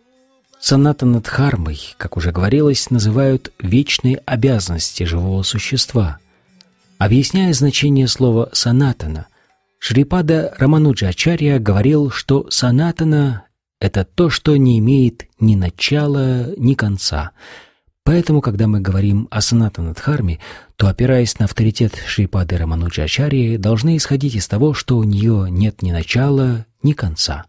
Санатана-дхармой, как уже говорилось, называют вечные обязанности живого существа. Объясняя значение слова «санатана», Шрипада Рамануджа-ачарья говорил, что санатана — это то, что не имеет ни начала, ни конца. Поэтому, когда мы говорим о санатана-дхарме, то, опираясь на авторитет Шрипады Рамануджа-ачарьи, должны исходить из того, что у нее нет ни начала, ни конца.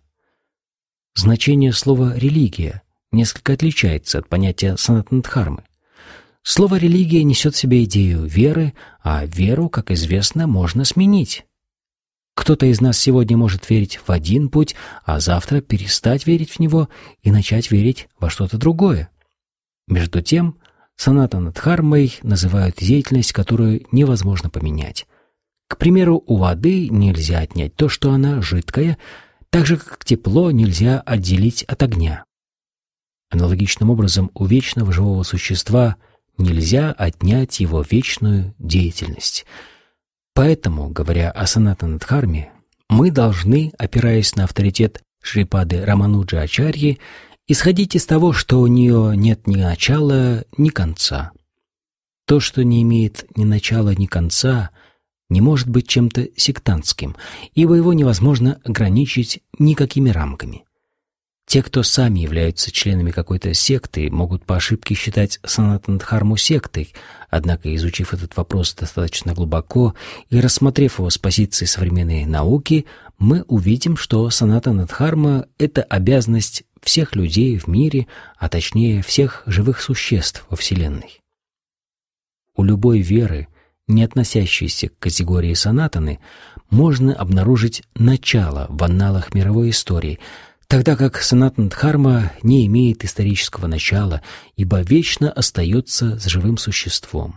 Значение слова «религия» несколько отличается от понятия санатана-дхармы. Слово «религия» несет в себе идею веры, а веру, как известно, можно сменить. Кто-то из нас сегодня может верить в один путь, а завтра перестать верить в него и начать верить во что-то другое. Между тем, санатана-дхармой называют деятельность, которую невозможно поменять. К примеру, у воды нельзя отнять то, что она жидкая, так же, как тепло нельзя отделить от огня. Аналогичным образом, у вечного живого существа нельзя отнять его вечную деятельность. Поэтому, говоря о санатана-дхарме, мы должны, опираясь на авторитет Шрипады Рамануджа-ачарьи, исходить из того, что у нее нет ни начала, ни конца. То, что не имеет ни начала, ни конца, не может быть чем-то сектантским, ибо его невозможно ограничить никакими рамками. Те, кто сами являются членами какой-то секты, могут по ошибке считать санатана-дхарму сектой, однако, изучив этот вопрос достаточно глубоко и рассмотрев его с позиции современной науки, мы увидим, что санатана-дхарма — это обязанность всех людей в мире, а точнее всех живых существ во Вселенной. У любой веры, не относящейся к категории санатаны, можно обнаружить начало в анналах мировой истории, тогда как санатана-дхарма не имеет исторического начала, ибо вечно остается с живым существом.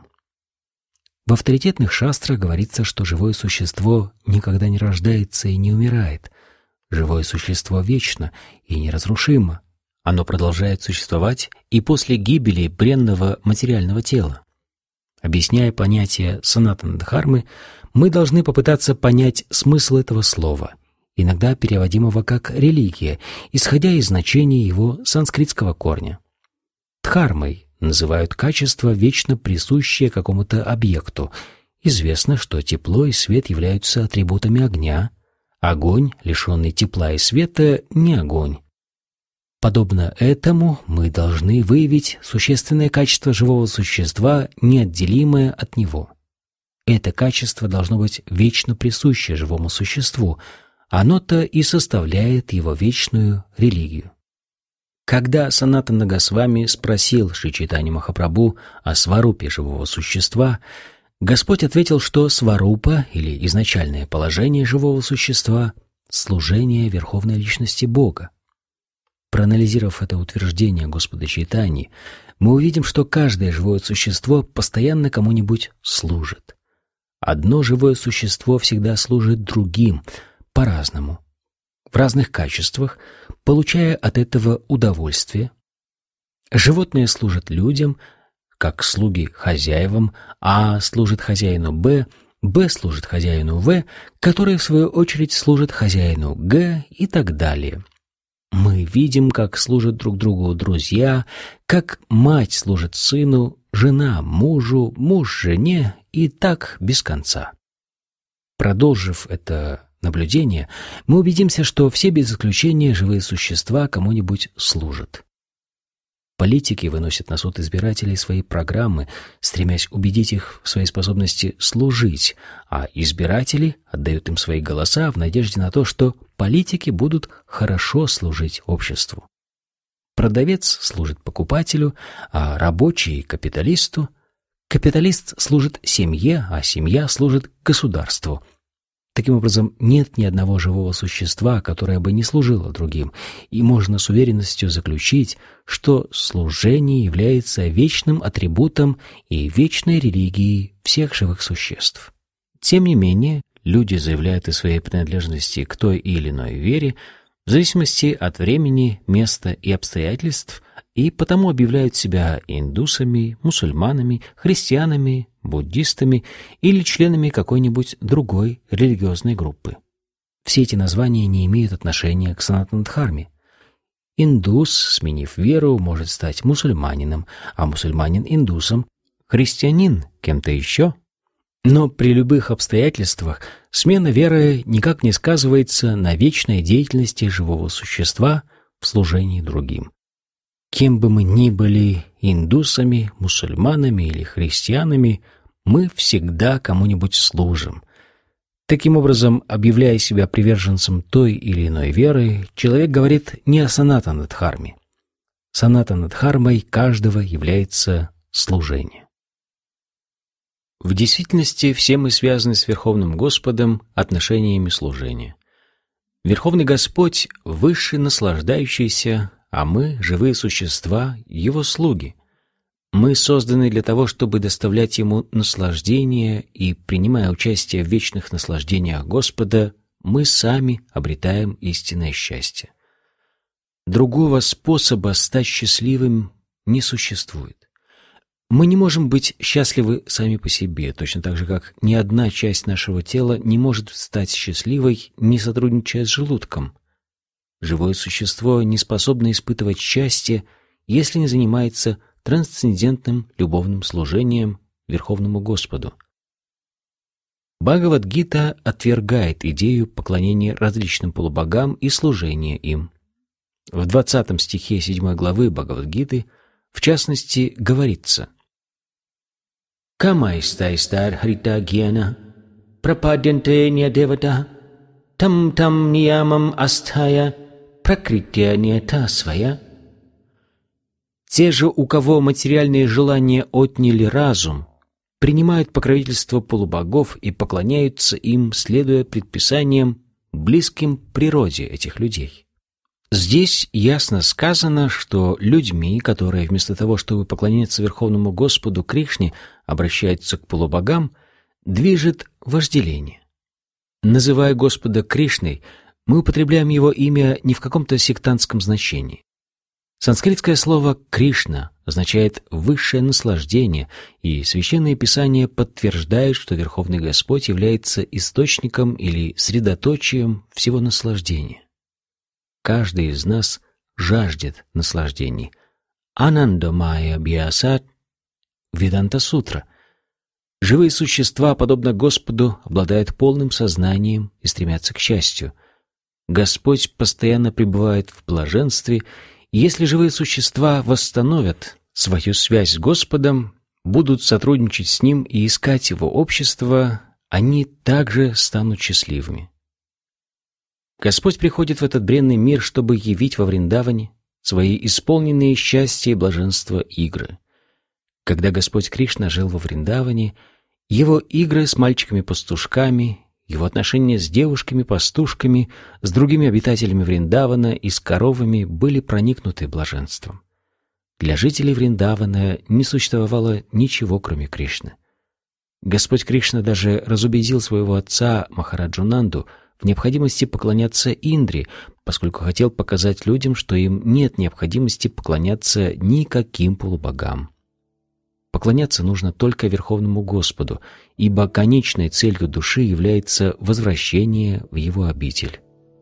В авторитетных шастрах говорится, что живое существо никогда не рождается и не умирает. Живое существо вечно и неразрушимо. Оно продолжает существовать и после гибели бренного материального тела. Объясняя понятие санатана-дхармы, мы должны попытаться понять смысл этого слова, иногда переводимого как «религия», исходя из значения его санскритского корня. Дхармой называют качество, вечно присущее какому-то объекту. Известно, что тепло и свет являются атрибутами огня. Огонь, лишенный тепла и света, не огонь. Подобно этому мы должны выявить существенное качество живого существа, неотделимое от него. Это качество должно быть вечно присуще живому существу. Оно-то и составляет его вечную религию. Когда Санатана Госвами спросил Шри Чайтанья Махапрабху о сварупе живого существа, Господь ответил, что сварупа, или изначальное положение живого существа, — служение Верховной Личности Бога. Проанализировав это утверждение Господа Чайтаньи, мы увидим, что каждое живое существо постоянно кому-нибудь служит. Одно живое существо всегда служит другим, по-разному, в разных качествах, получая от этого удовольствие. Животные служат людям, как слуги хозяевам, А служит хозяину Б, Б служит хозяину В, который, в свою очередь, служит хозяину Г и так далее. Мы видим, как служат друг другу друзья, как мать служит сыну, жена мужу, муж жене и так без конца. Продолжив это наблюдение, мы убедимся, что все без исключения живые существа кому-нибудь служат. Политики выносят на суд избирателей свои программы, стремясь убедить их в своей способности служить, а избиратели отдают им свои голоса в надежде на то, что политики будут хорошо служить обществу. Продавец служит покупателю, а рабочий — капиталисту. Капиталист служит семье, а семья служит государству. Таким образом, нет ни одного живого существа, которое бы не служило другим, и можно с уверенностью заключить, что служение является вечным атрибутом и вечной религией всех живых существ. Тем не менее, люди заявляют о своей принадлежности к той или иной вере в зависимости от времени, места и обстоятельств, и потому объявляют себя индусами, мусульманами, христианами, буддистами или членами какой-нибудь другой религиозной группы. Все эти названия не имеют отношения к санатана-дхарме. Индус, сменив веру, может стать мусульманином, а мусульманин — индусом, христианин — кем-то еще. Но при любых обстоятельствах смена веры никак не сказывается на вечной деятельности живого существа в служении другим. Кем бы мы ни были, индусами, мусульманами или христианами, мы всегда кому-нибудь служим. Таким образом, объявляя себя приверженцем той или иной веры, человек говорит не о санатана-дхарме. Санатана-дхармой каждого является служение. В действительности все мы связаны с Верховным Господом отношениями служения. Верховный Господь — высший наслаждающийся, а мы — живые существа, Его слуги. Мы созданы для того, чтобы доставлять Ему наслаждение, и, принимая участие в вечных наслаждениях Господа, мы сами обретаем истинное счастье. Другого способа стать счастливым не существует. Мы не можем быть счастливы сами по себе, точно так же, как ни одна часть нашего тела не может стать счастливой, не сотрудничая с желудком. Живое существо не способно испытывать счастье, если не занимается трансцендентным любовным служением Верховному Господу. Бхагавад-гита отвергает идею поклонения различным полубогам и служения им. В двадцатом стихе седьмой главы Бхагавад-гиты, в частности, говорится: «Камайстайстар хрита гьяна прападьянте ньядевата там-там ниямам астхая пракритя нията своя. Те же, у кого материальные желания отняли разум, принимают покровительство полубогов и поклоняются им, следуя предписаниям, близким природе этих людей. Здесь ясно сказано, что людьми, которые вместо того, чтобы поклоняться Верховному Господу Кришне, обращаются к полубогам, движет вожделение. Называя Господа Кришной, мы употребляем Его имя не в каком-то сектантском значении. Санскритское слово «Кришна» означает «высшее наслаждение», и Священное Писание подтверждает, что Верховный Господь является источником или средоточием всего наслаждения. Каждый из нас жаждет наслаждений. Анандамая Бьясат, Веданта Сутра. Живые существа, подобно Господу, обладают полным сознанием и стремятся к счастью. Господь постоянно пребывает в блаженстве, и если живые существа восстановят свою связь с Господом, будут сотрудничать с Ним и искать Его общество, они также станут счастливыми. Господь приходит в этот бренный мир, чтобы явить во Вриндаване свои исполненные счастья и блаженства игры. Когда Господь Кришна жил во Вриндаване, Его игры с мальчиками-пастушками, Его отношения с девушками-пастушками, с другими обитателями Вриндавана и с коровами были проникнуты блаженством. Для жителей Вриндавана не существовало ничего, кроме Кришны. Господь Кришна даже разубедил своего отца Махараджу Нанду в необходимости поклоняться Индре, поскольку хотел показать людям, что им нет необходимости поклоняться никаким полубогам. Поклоняться нужно только Верховному Господу, ибо конечной целью души является возвращение в Его обитель.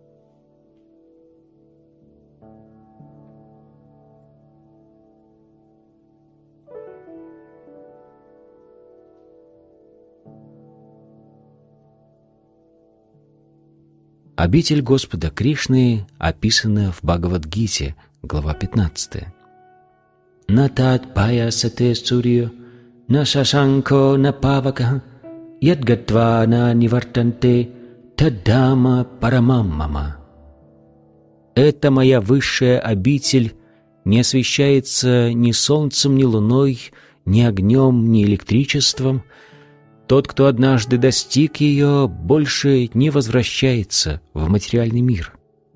Обитель Господа Кришны описана в Бхагавад-гите, глава пятнадцатая. «На тат паясате сурья, на шашанко на павака, ядгатва на нивартанте, таддама парамаммама». «Это моя высшая обитель, не освещается ни солнцем, ни луной, ни огнем, ни электричеством. Тот, кто однажды достиг ее, больше не возвращается в материальный мир».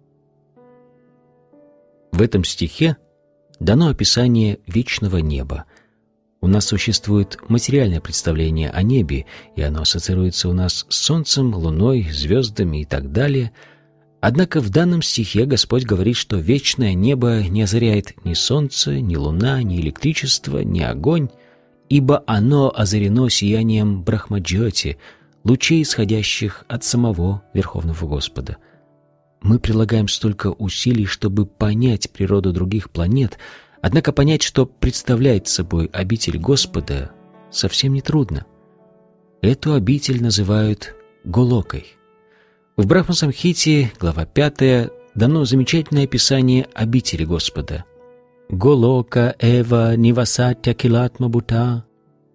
В этом стихе дано описание вечного неба. У нас существует материальное представление о небе, и оно ассоциируется у нас с солнцем, луной, звездами и так далее. Однако в данном стихе Господь говорит, что вечное небо не озаряет ни солнце, ни луна, ни электричество, ни огонь, ибо оно озарено сиянием Брахмаджьоти, лучей, исходящих от самого Верховного Господа. Мы прилагаем столько усилий, чтобы понять природу других планет, однако понять, что представляет собой обитель Господа, совсем нетрудно. Эту обитель называют Голокой. В Брахма-самхите, глава пятая, дано замечательное описание обители Господа. Голока эва нивасатя килатма бута.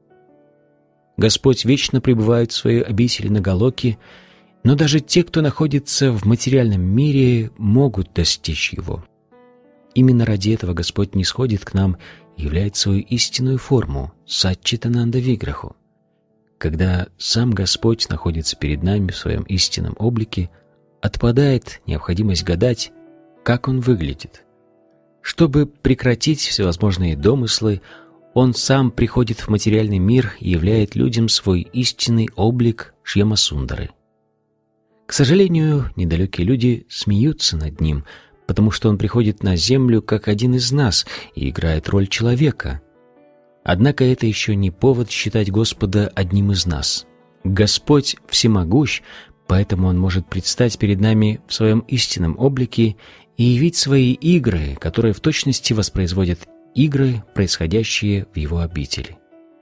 Господь вечно пребывает в своей обители на Голоке, но даже те, кто находится в материальном мире, могут достичь его. Именно ради этого Господь нисходит к нам и являет свою истинную форму — Саччитананда Виграху. Когда сам Господь находится перед нами в своем истинном облике, отпадает необходимость гадать, как Он выглядит. Чтобы прекратить всевозможные домыслы, Он сам приходит в материальный мир и являет людям свой истинный облик Шьямасундары. К сожалению, недалекие люди смеются над Ним, потому что Он приходит на землю как один из нас и играет роль человека. Однако это еще не повод считать Господа одним из нас. Господь всемогущ, поэтому Он может предстать перед нами в своем истинном облике и явить свои игры, которые в точности воспроизводят игры, происходящие в Его обители.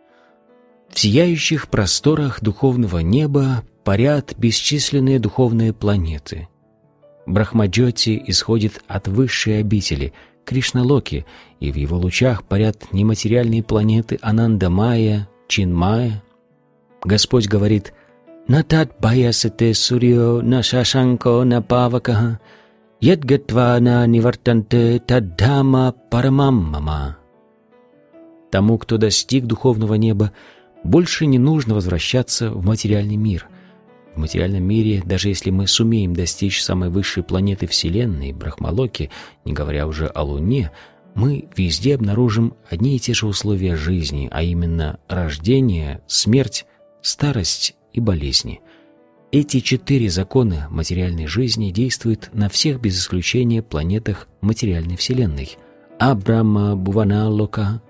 В сияющих просторах духовного неба парят бесчисленные духовные планеты. Брахмаджьоти исходит от высшей обители, Кришналоки, и в его лучах парят нематериальные планеты Анандамая, Чинмая. Господь говорит: на тат баясате сурьо, на шашанко, на павакаха, ядгатва на нивартанте таддхама парамаммама. Тому, кто достиг духовного неба, больше не нужно возвращаться в материальный мир. В материальном мире, даже если мы сумеем достичь самой высшей планеты Вселенной, Брахмалоки, не говоря уже о Луне, мы везде обнаружим одни и те же условия жизни, а именно рождение, смерть, старость и болезни. Эти четыре закона материальной жизни действуют на всех без исключения планетах материальной Вселенной. Абрама Бувана Лока.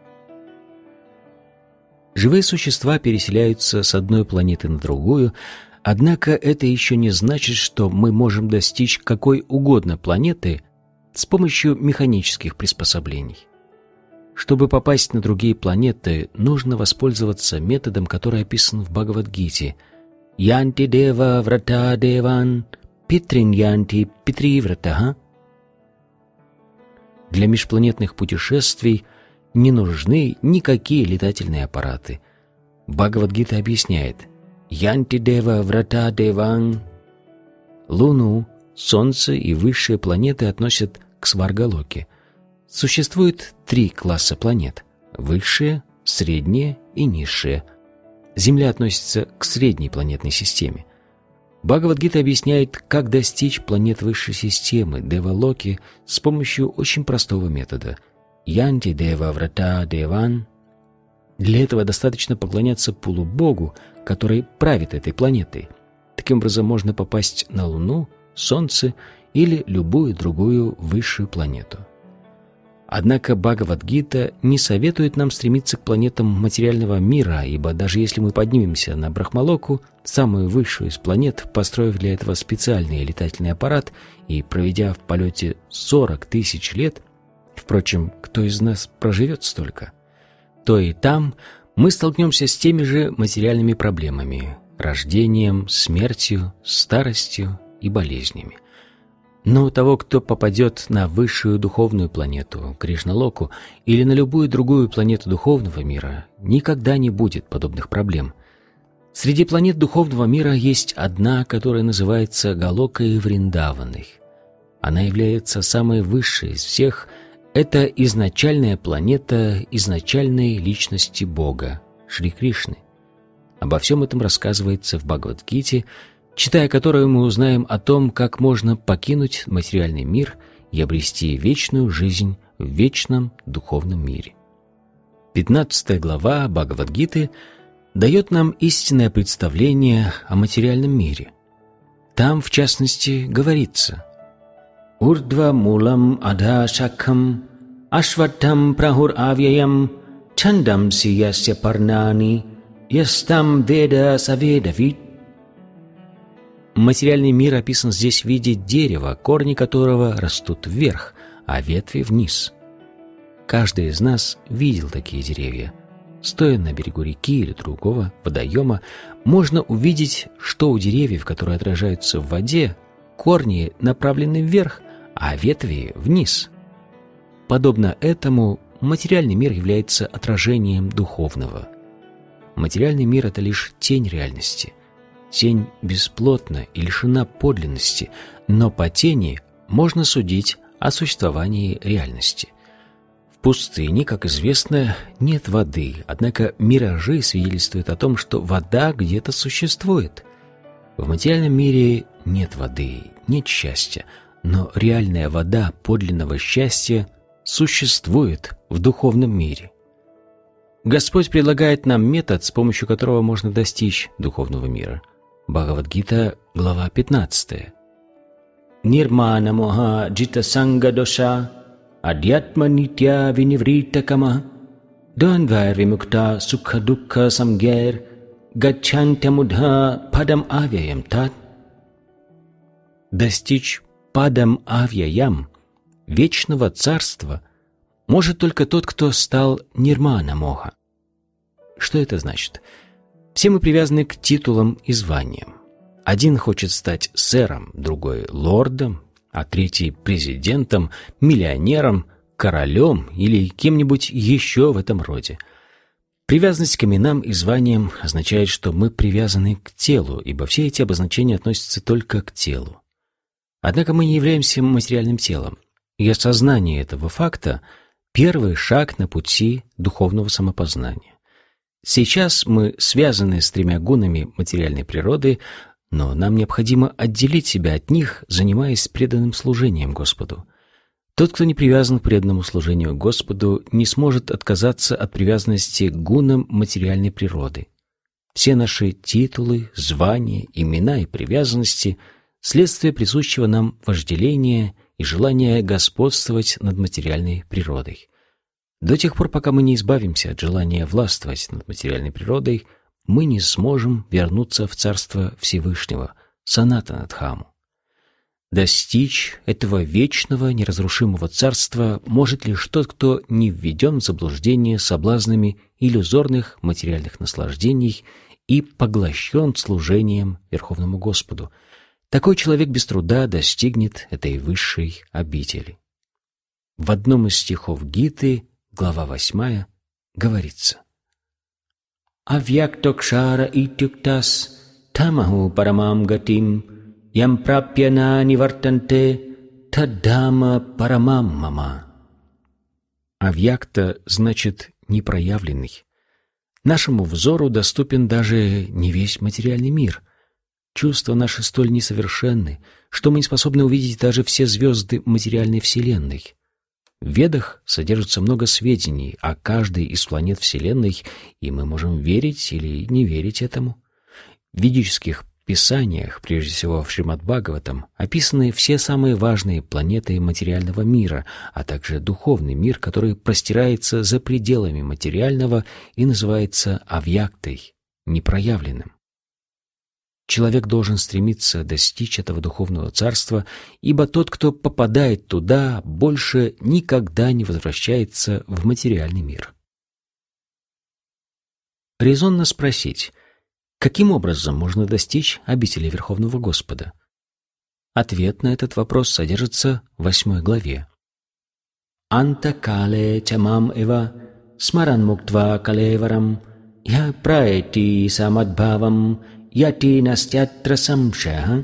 Живые существа переселяются с одной планеты на другую, однако это еще не значит, что мы можем достичь какой угодно планеты с помощью механических приспособлений. Чтобы попасть на другие планеты, нужно воспользоваться методом, который описан в Бхагавад-гите. «Янти дева врата деван, питрин янти питри вратаха». Для межпланетных путешествий не нужны никакие летательные аппараты. Бхагавад-гита объясняет: «Янти дева врата деван». Луну, Солнце и высшие планеты относят к Сваргалоке. Существует три класса планет – высшие, средние и низшие. Земля относится к средней планетной системе. Бхагавад-гита объясняет, как достичь планет высшей системы, Девалоки, с помощью очень простого метода – Янти дева врата деван. Для этого достаточно поклоняться полубогу, который правит этой планетой. Таким образом можно попасть на Луну, Солнце или любую другую высшую планету. Однако Бхагавад-гита не советует нам стремиться к планетам материального мира, ибо даже если мы поднимемся на Брахмалоку, самую высшую из планет, построив для этого специальный летательный аппарат и проведя в полете сорок тысяч лет, впрочем, кто из нас проживет столько, то и там мы столкнемся с теми же материальными проблемами – рождением, смертью, старостью и болезнями. Но у того, кто попадет на высшую духовную планету, Кришналоку, или на любую другую планету духовного мира, никогда не будет подобных проблем. Среди планет духовного мира есть одна, которая называется Галокой Вриндаваной. Она является самой высшей из всех. Это изначальная планета изначальной личности Бога, Шри Кришны. Обо всем этом рассказывается в Бхагавад-гите, читая которую мы узнаем о том, как можно покинуть материальный мир и обрести вечную жизнь в вечном духовном мире. пятнадцатая глава Бхагавад-гиты дает нам истинное представление о материальном мире. Там, в частности, говорится: «Урдва мулам ада шакхам, ашватхам прахур авьяям, чандам сиясya парнани, ястам веда саведавит». Материальный мир описан здесь в виде дерева, корни которого растут вверх, а ветви вниз. Каждый из нас видел такие деревья. Стоя на берегу реки или другого водоема, можно увидеть, что у деревьев, которые отражаются в воде, корни направлены вверх, а ветви вниз. Подобно этому, материальный мир является отражением духовного. Материальный мир — это лишь тень реальности. Тень бесплотна и лишена подлинности, но по тени можно судить о существовании реальности. В пустыне, как известно, нет воды, однако миражи свидетельствуют о том, что вода где-то существует. В материальном мире нет воды, нет счастья, но реальная вода подлинного счастья существует в духовном мире. Господь предлагает нам метод, с помощью которого можно достичь духовного мира. Бхагавад-гита, глава пятнадцатая. Нирмана моха джита санга доша, адьятма нитья виниврита кама, донвайр вимукта сукха дукха самгер, гачантя мудха падам авьяям тат. Достичь падам авьяям, вечного царства, может только тот, кто стал нирмана моха. Что это значит? Все мы привязаны к титулам и званиям. Один хочет стать сэром, другой — лордом, а третий — президентом, миллионером, королем или кем-нибудь еще в этом роде. Привязанность к именам и званиям означает, что мы привязаны к телу, ибо все эти обозначения относятся только к телу. Однако мы не являемся материальным телом, и осознание этого факта – первый шаг на пути духовного самопознания. Сейчас мы связаны с тремя гунами материальной природы, но нам необходимо отделить себя от них, занимаясь преданным служением Господу. Тот, кто не привязан к преданному служению Господу, не сможет отказаться от привязанности к гунам материальной природы. Все наши титулы, звания, имена и привязанности – следствие присущего нам вожделения и желания господствовать над материальной природой. До тех пор, пока мы не избавимся от желания властвовать над материальной природой, мы не сможем вернуться в Царство Всевышнего, Санатана-дхаму. Достичь этого вечного, неразрушимого царства может лишь тот, кто не введен в заблуждение соблазнами иллюзорных материальных наслаждений и поглощен служением Верховному Господу. Такой человек без труда достигнет этой высшей обители. В одном из стихов Гиты, глава восьмая, говорится: «Авьяктокшара итюктас тамаху парамам гатим ям прапьяна нивартанте таддама парамам мама». Авьякта значит «непроявленный». Нашему взору доступен даже не весь материальный мир. Чувства наши столь несовершенны, что мы не способны увидеть даже все звезды материальной Вселенной. В Ведах содержится много сведений о каждой из планет Вселенной, и мы можем верить или не верить этому. В ведических писаниях, прежде всего в Шримад-Бхагаватам, описаны все самые важные планеты материального мира, а также духовный мир, который простирается за пределами материального и называется авьяктой, непроявленным. Человек должен стремиться достичь этого духовного царства, ибо тот, кто попадает туда, больше никогда не возвращается в материальный мир. Резонно спросить, каким образом можно достичь обители Верховного Господа? Ответ на этот вопрос содержится в восьмой главе. «Антакале чамам эва смаран муктва калеварам я праэти самадбхавам яти настятра самшаха».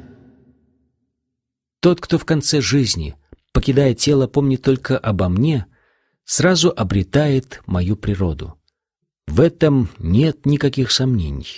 Тот, кто в конце жизни, покидая тело, помнит только обо мне, сразу обретает мою природу. В этом нет никаких сомнений.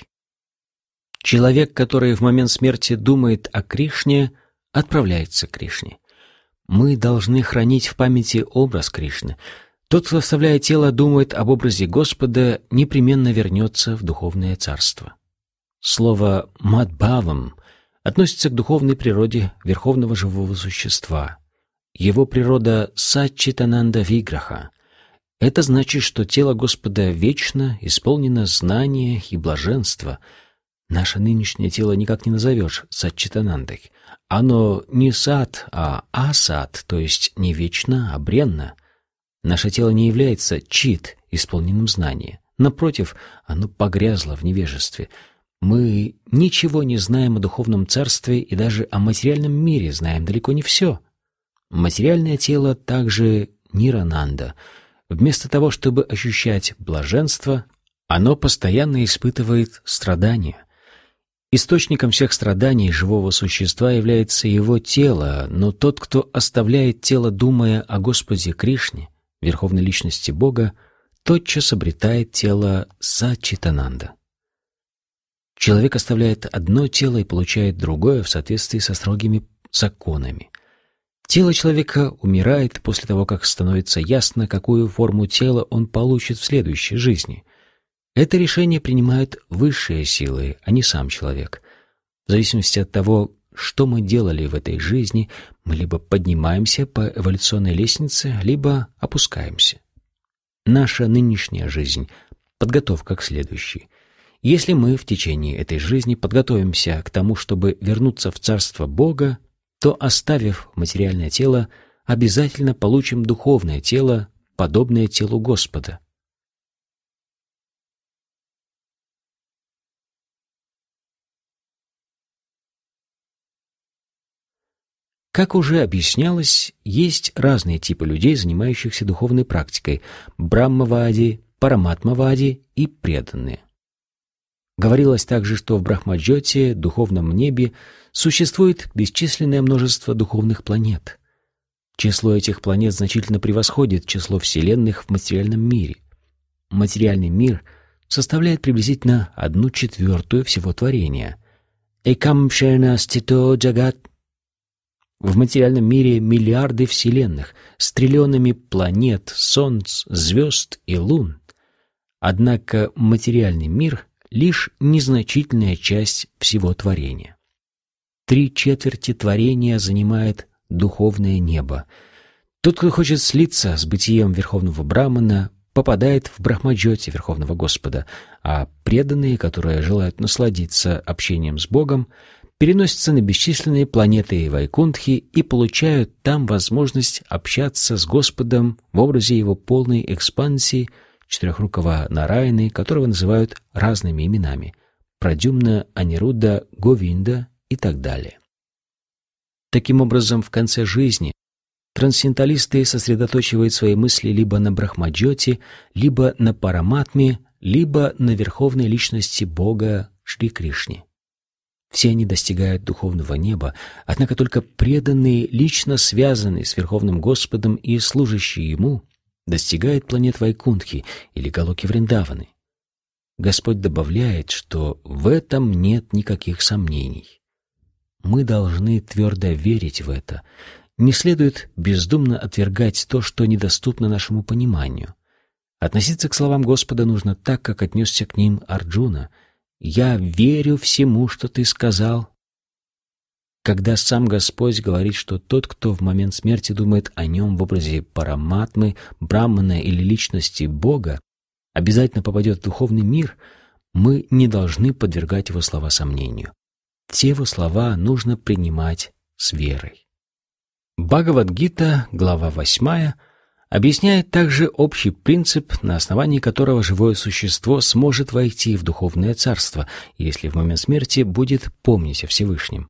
Человек, который в момент смерти думает о Кришне, отправляется к Кришне. Мы должны хранить в памяти образ Кришны. Тот, кто, оставляя тело, думает об образе Господа, непременно вернется в духовное царство. Слово «мадбхавам» относится к духовной природе верховного живого существа. Его природа — саччитананда виграха. Это значит, что тело Господа вечно исполнено знания и блаженства. Наше нынешнее тело никак не назовешь саччитанандой. Оно не сат, а асат, то есть не вечно, а бренно. Наше тело не является чит, исполненным знания. Напротив, оно погрязло в невежестве. Мы ничего не знаем о духовном царстве и даже о материальном мире знаем далеко не все. Материальное тело также нирананда. Вместо того, чтобы ощущать блаженство, оно постоянно испытывает страдания. Источником всех страданий живого существа является его тело, но тот, кто оставляет тело, думая о Господе Кришне, Верховной Личности Бога, тотчас обретает тело саччитананда. Человек оставляет одно тело и получает другое в соответствии со строгими законами. Тело человека умирает после того, как становится ясно, какую форму тела он получит в следующей жизни. Это решение принимают высшие силы, а не сам человек. В зависимости от того, что мы делали в этой жизни, мы либо поднимаемся по эволюционной лестнице, либо опускаемся. Наша нынешняя жизнь — подготовка к следующей. Если мы в течение этой жизни подготовимся к тому, чтобы вернуться в Царство Бога, то, оставив материальное тело, обязательно получим духовное тело, подобное телу Господа. Как уже объяснялось, есть разные типы людей, занимающихся духовной практикой – браммавади, Параматмавади и преданные. Говорилось также, что в Брахмаджоте, духовном небе, существует бесчисленное множество духовных планет. Число этих планет значительно превосходит число вселенных в материальном мире. Материальный мир составляет приблизительно одну четвертую всего творения. Экам шена стито джагат. В материальном мире миллиарды вселенных с триллионами планет, солнц, звезд и лун. Однако материальный мир — лишь незначительная часть всего творения. Три четверти творения занимает духовное небо. Тот, кто хочет слиться с бытием Верховного Брамана, попадает в Брахмаджоте Верховного Господа, а преданные, которые желают насладиться общением с Богом, переносятся на бесчисленные планеты Вайкунтхи и получают там возможность общаться с Господом в образе Его полной экспансии, четырехрукого Нараяны, которого называют разными именами — Прадюмна, Анирудда, Говинда и так далее. Таким образом, в конце жизни трансценденталисты сосредоточивают свои мысли либо на Брахмаджоте, либо на Параматме, либо на верховной личности Бога Шри Кришне. Все они достигают духовного неба, однако только преданные, лично связанные с Верховным Господом и служащие Ему, достигает планет Вайкунтхи или Галоки Вриндаваны. Господь добавляет, что в этом нет никаких сомнений. Мы должны твердо верить в это. Не следует бездумно отвергать то, что недоступно нашему пониманию. Относиться к словам Господа нужно так, как отнесся к ним Арджуна. «Я верю всему, что ты сказал». Когда сам Господь говорит, что тот, кто в момент смерти думает о нем в образе Параматмы, Брамана или личности Бога, обязательно попадет в духовный мир, мы не должны подвергать его слова сомнению. Все его слова нужно принимать с верой. Бхагавад-гита, глава восьмая, объясняет также общий принцип, на основании которого живое существо сможет войти в духовное царство, если в момент смерти будет помнить о Всевышнем.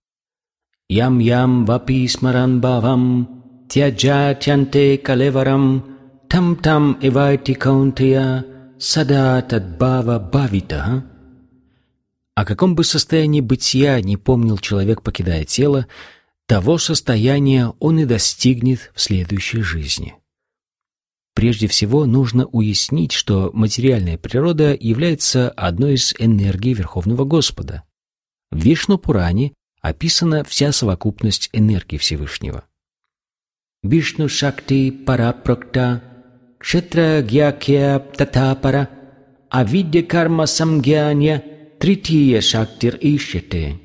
Ям-ям вапи смаран бхавам тяджатянте калеварам там-там эвайти каунтия сада тадбхава бхавита. О каком бы состоянии бытия не помнил человек, покидая тело, того состояния он и достигнет в следующей жизни. Прежде всего, нужно уяснить, что материальная природа является одной из энергий Верховного Господа. В Вишну-Пуране описана вся совокупность энергии Всевышнего. Вишну Шакти Парапракта Кшетра Гьякья Татапара Авидья Карма Самгьянья Трития Шактир Ишьяте.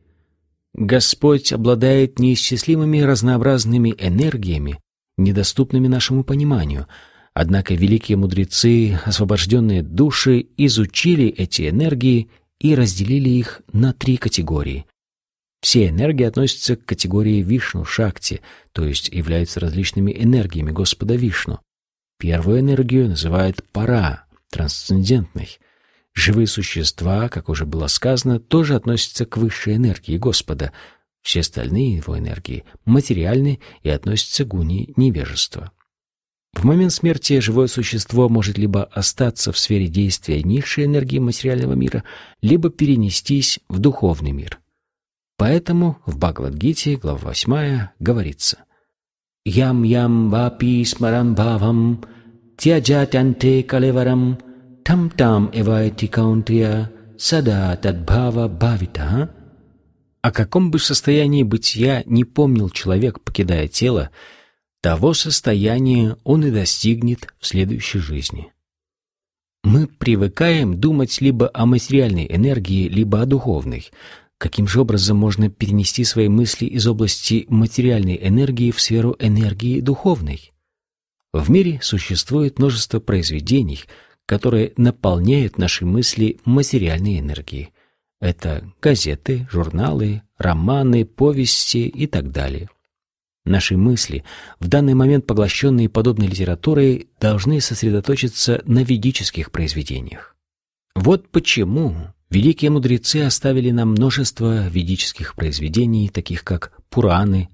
Господь обладает неисчислимыми разнообразными энергиями, недоступными нашему пониманию, однако великие мудрецы, освобожденные души, изучили эти энергии и разделили их на три категории. Все энергии относятся к категории Вишну-Шакти, то есть являются различными энергиями Господа Вишну. Первую энергию называют Пара, трансцендентной. Живые существа, как уже было сказано, тоже относятся к высшей энергии Господа. Все остальные его энергии материальны и относятся к гуне невежества. В момент смерти живое существо может либо остаться в сфере действия низшей энергии материального мира, либо перенестись в духовный мир. Поэтому в Бхагавад-гите, глава восьмая, говорится: «Ям-ям вапи смаран бхавам тяджатянте калеварам там-там эвайти каунтия сада тадбхава бхавита». О каком бы состоянии бытия не помнил человек, покидая тело, того состояния он и достигнет в следующей жизни. Мы привыкаем думать либо о материальной энергии, либо о духовной. Каким же образом можно перенести свои мысли из области материальной энергии в сферу энергии духовной? В мире существует множество произведений, которые наполняют наши мысли материальной энергией. Это газеты, журналы, романы, повести и так далее. Наши мысли, в данный момент поглощенные подобной литературой, должны сосредоточиться на ведических произведениях. Вот почему великие мудрецы оставили нам множество ведических произведений, таких как Пураны.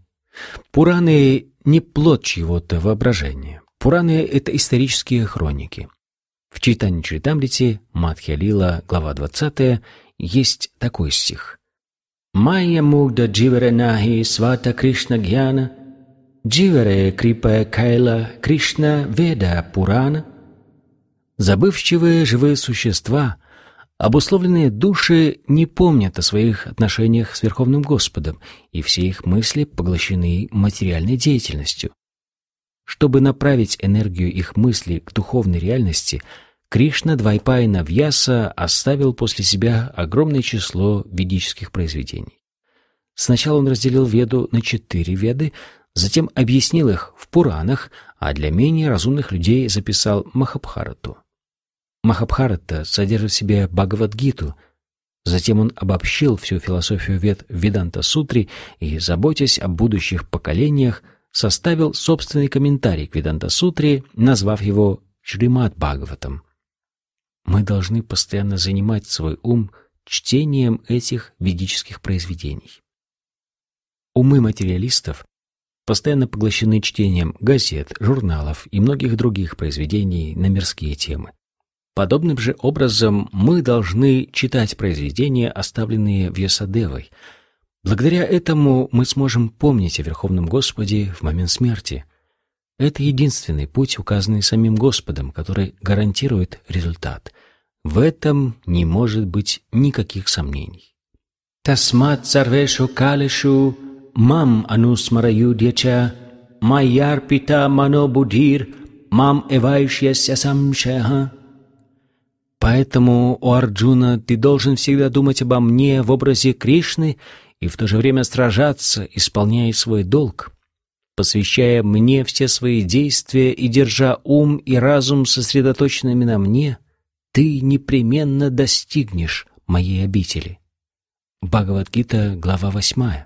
Пураны — не плод чьего-то воображения. Пураны — это исторические хроники. В Чайтанья Чаритамрите, Мадхья Лила, глава двадцатая, есть такой стих. «Майя мугда дживаре нахи свата Кришна гьяна, дживаре крипая кайла Кришна веда пурана». Забывчивые живые существа, обусловленные души, не помнят о своих отношениях с Верховным Господом, и все их мысли поглощены материальной деятельностью. Чтобы направить энергию их мыслей к духовной реальности, Кришна Двайпаяна Вьяса оставил после себя огромное число ведических произведений. Сначала он разделил Веду на четыре Веды, затем объяснил их в Пуранах, а для менее разумных людей записал Махабхарату. Махабхарата содержит в себе Бхагавад-гиту. Затем он обобщил всю философию Вед в Веданта-сутре и, заботясь о будущих поколениях, составил собственный комментарий к Веданта-сутре, назвав его Шримад-Бхагаватам. Мы должны постоянно занимать свой ум чтением этих ведических произведений. Умы материалистов постоянно поглощены чтением газет, журналов и многих других произведений на мирские темы. Подобным же образом мы должны читать произведения, оставленные Вьясадевой. Благодаря этому мы сможем помнить о Верховном Господе в момент смерти. Это единственный путь, указанный самим Господом, который гарантирует результат. В этом не может быть никаких сомнений. «Тасмат сарвешу калешу мам анусмараюдьяча майяр пита мано будир мам эвайшьяся самшаха». Поэтому, о Арджуна, ты должен всегда думать обо мне в образе Кришны и в то же время сражаться, исполняя свой долг, посвящая мне все свои действия и держа ум и разум сосредоточенными на мне, ты непременно достигнешь моей обители. Бхагавад-гита, глава восьмая.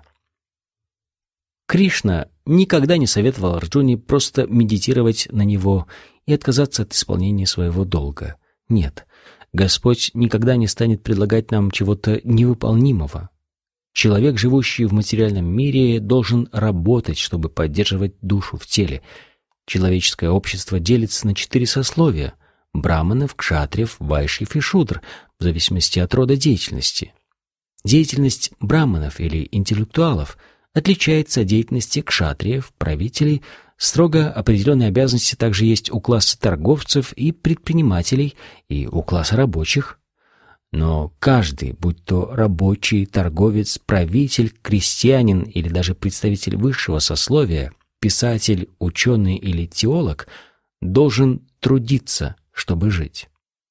Кришна никогда не советовал Арджуне просто медитировать на него и отказаться от исполнения своего долга. Нет, Господь никогда не станет предлагать нам чего-то невыполнимого. Человек, живущий в материальном мире, должен работать, чтобы поддерживать душу в теле. Человеческое общество делится на четыре сословия – браманов, кшатриев, вайшьев и шудр, в зависимости от рода деятельности. Деятельность браманов или интеллектуалов отличается от деятельности кшатриев, правителей. Строго определенные обязанности также есть у класса торговцев и предпринимателей и у класса рабочих. Но каждый, будь то рабочий, торговец, правитель, крестьянин или даже представитель высшего сословия, писатель, ученый или теолог, должен трудиться, чтобы жить.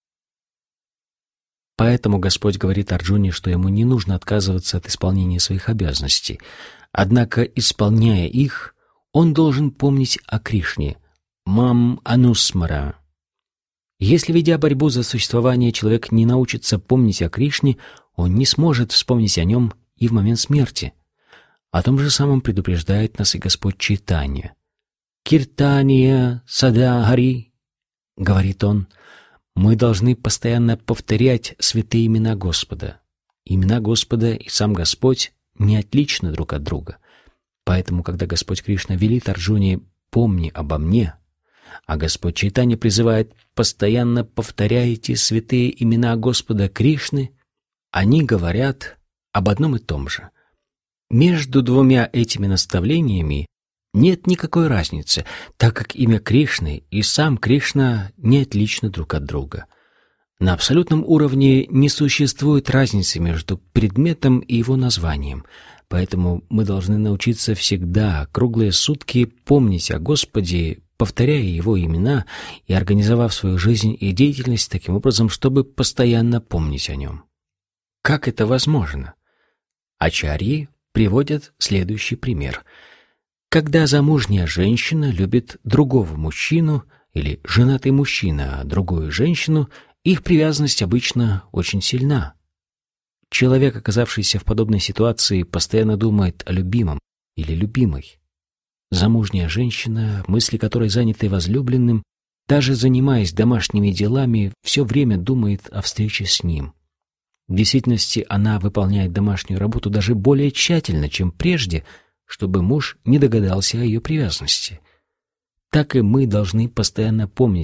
Поэтому Господь говорит Арджуне, что ему не нужно отказываться от исполнения своих обязанностей. Однако, исполняя их, он должен помнить о Кришне, мам анусмара. Если, ведя борьбу за существование, человек не научится помнить о Кришне, он не сможет вспомнить о нем и в момент смерти. О том же самом предупреждает нас и Господь Чайтанья. «Киртания сада хари», — говорит он, — мы должны постоянно повторять святые имена Господа. Имена Господа и сам Господь не отличны друг от друга. Поэтому, когда Господь Кришна велит Арджуне «помни обо мне», а Господь Чайтанья призывает «постоянно повторяйте святые имена Господа Кришны», они говорят об одном и том же. Между двумя этими наставлениями нет никакой разницы, так как имя Кришны и сам Кришна не отличны друг от друга. На абсолютном уровне не существует разницы между предметом и его названием, поэтому мы должны научиться всегда, круглые сутки, помнить о Господе, повторяя Его имена и организовав свою жизнь и деятельность таким образом, чтобы постоянно помнить о Нем. Как это возможно? Ачарьи приводят следующий пример. Когда замужняя женщина любит другого мужчину или женатый мужчина другую женщину, их привязанность обычно очень сильна. Человек, оказавшийся в подобной ситуации, постоянно думает о любимом или любимой. Замужняя женщина, мысли которой заняты возлюбленным, даже занимаясь домашними делами, все время думает о встрече с ним. В действительности она выполняет домашнюю работу даже более тщательно, чем прежде, чтобы муж не догадался о ее привязанности. Так и мы должны постоянно помнить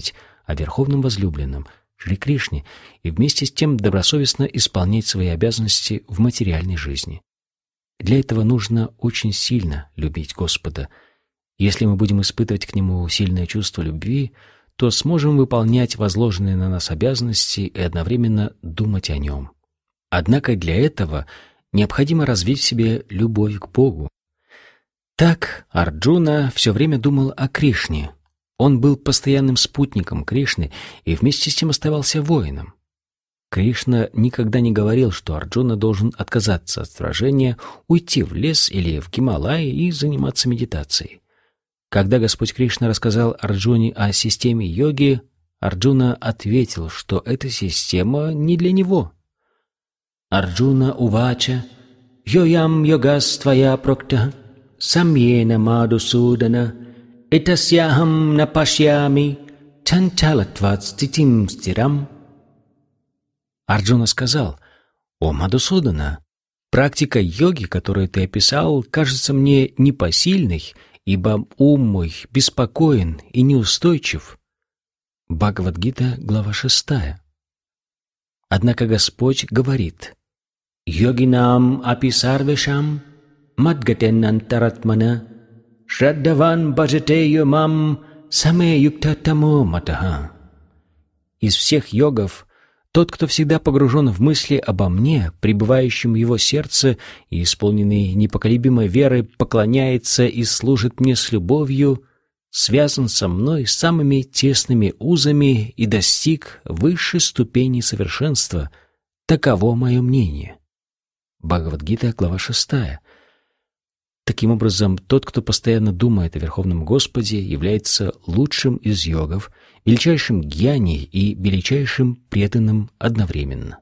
о Верховном Возлюбленном, Шри Кришне, и вместе с тем добросовестно исполнять свои обязанности в материальной жизни. Для этого нужно очень сильно любить Господа. Если мы будем испытывать к Нему сильное чувство любви, то сможем выполнять возложенные на нас обязанности и одновременно думать о Нем. Однако для этого необходимо развить в себе любовь к Богу. Так Арджуна все время думал о Кришне. Он был постоянным спутником Кришны и вместе с тем оставался воином. Кришна никогда не говорил, что Арджуна должен отказаться от сражения, уйти в лес или в Гималаи и заниматься медитацией. Когда Господь Кришна рассказал Арджуне о системе йоги, Арджуна ответил, что эта система не для него. Арджуна увача йоям йогас твая прокта самьена мадусудана этасьяхам напашьями чанчалатват ститим стирам. Арджуна сказал: «О Мадусудана, практика йоги, которую ты описал, кажется мне непосильной, ибо ум мой беспокоен и неустойчив». Бхагавад-гита, глава шестая. Однако Господь говорит: «Йогинам апи сарвешам мадгатен антаратмана шраддаван баджате йомам саме юкта тамо матаха». Из всех йогов тот, кто всегда погружен в мысли обо мне, пребывающем в его сердце и исполненный непоколебимой веры, поклоняется и служит мне с любовью, связан со мной самыми тесными узами и достиг высшей ступени совершенства. Таково мое мнение. Бхагавад-гита, глава шестая. Таким образом, тот, кто постоянно думает о Верховном Господе, является лучшим из йогов, величайшим гьяни и величайшим преданным одновременно.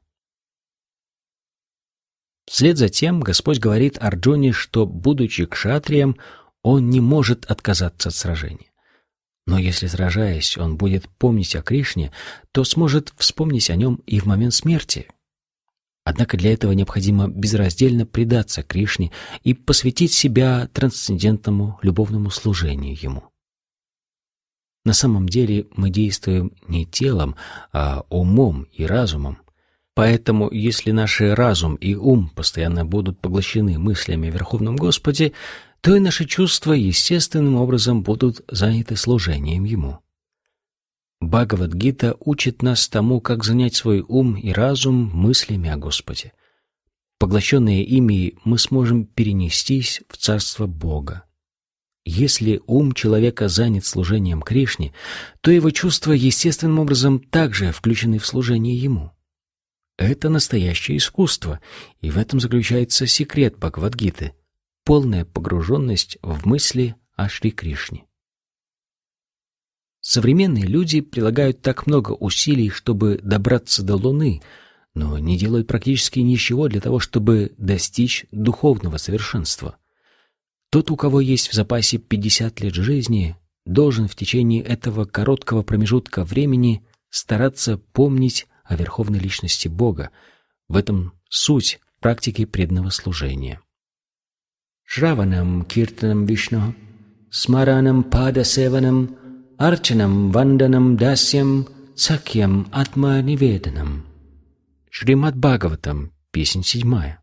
Вслед за тем Господь говорит Арджуне, что, будучи кшатрием, он не может отказаться от сражения. Но если, сражаясь, он будет помнить о Кришне, то сможет вспомнить о нем и в момент смерти. Однако для этого необходимо безраздельно предаться Кришне и посвятить себя трансцендентному любовному служению Ему. На самом деле мы действуем не телом, а умом и разумом. Поэтому, если наш разум и ум постоянно будут поглощены мыслями о Верховном Господе, то и наши чувства естественным образом будут заняты служением Ему. Бхагавад-гита учит нас тому, как занять свой ум и разум мыслями о Господе. Поглощенные ими, мы сможем перенестись в Царство Бога. Если ум человека занят служением Кришне, то его чувства естественным образом также включены в служение Ему. Это настоящее искусство, и в этом заключается секрет Бхагавад-гиты — полная погруженность в мысли о Шри Кришне. Современные люди прилагают так много усилий, чтобы добраться до Луны, но не делают практически ничего для того, чтобы достичь духовного совершенства. Тот, у кого есть в запасе пятьдесят лет жизни, должен в течение этого короткого промежутка времени стараться помнить о Верховной Личности Бога. В этом суть практики преданного служения. Шраванам киртанам Вишну, смаранам падасеванам, арчанам ванданам дасьям, сакьям атма ниведанам. Шримад Бхагаватам, песнь седьмая.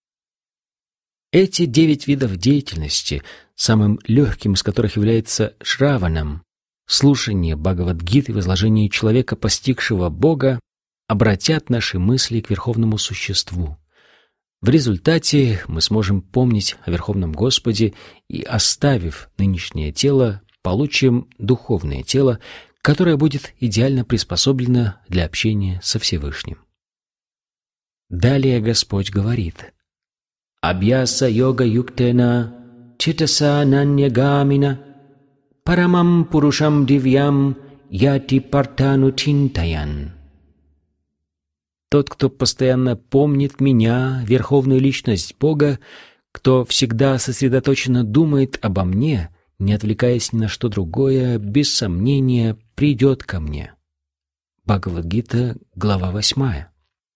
Эти девять видов деятельности, самым легким из которых является шраванам, слушание Бхагавад-гиты в изложении человека, постигшего Бога, обратят наши мысли к Верховному Существу. В результате мы сможем помнить о Верховном Господе и, оставив нынешнее тело, получим духовное тело, которое будет идеально приспособлено для общения со Всевышним. Далее Господь говорит: «Абьяса йога юктена читаса наньягамина парамам пурушам дивьям яти партану чинтаян». Тот, кто постоянно помнит Меня, Верховную Личность Бога, кто всегда сосредоточенно думает обо Мне, не отвлекаясь ни на что другое, без сомнения придет ко Мне. Бхагавад-гита, глава восьмая.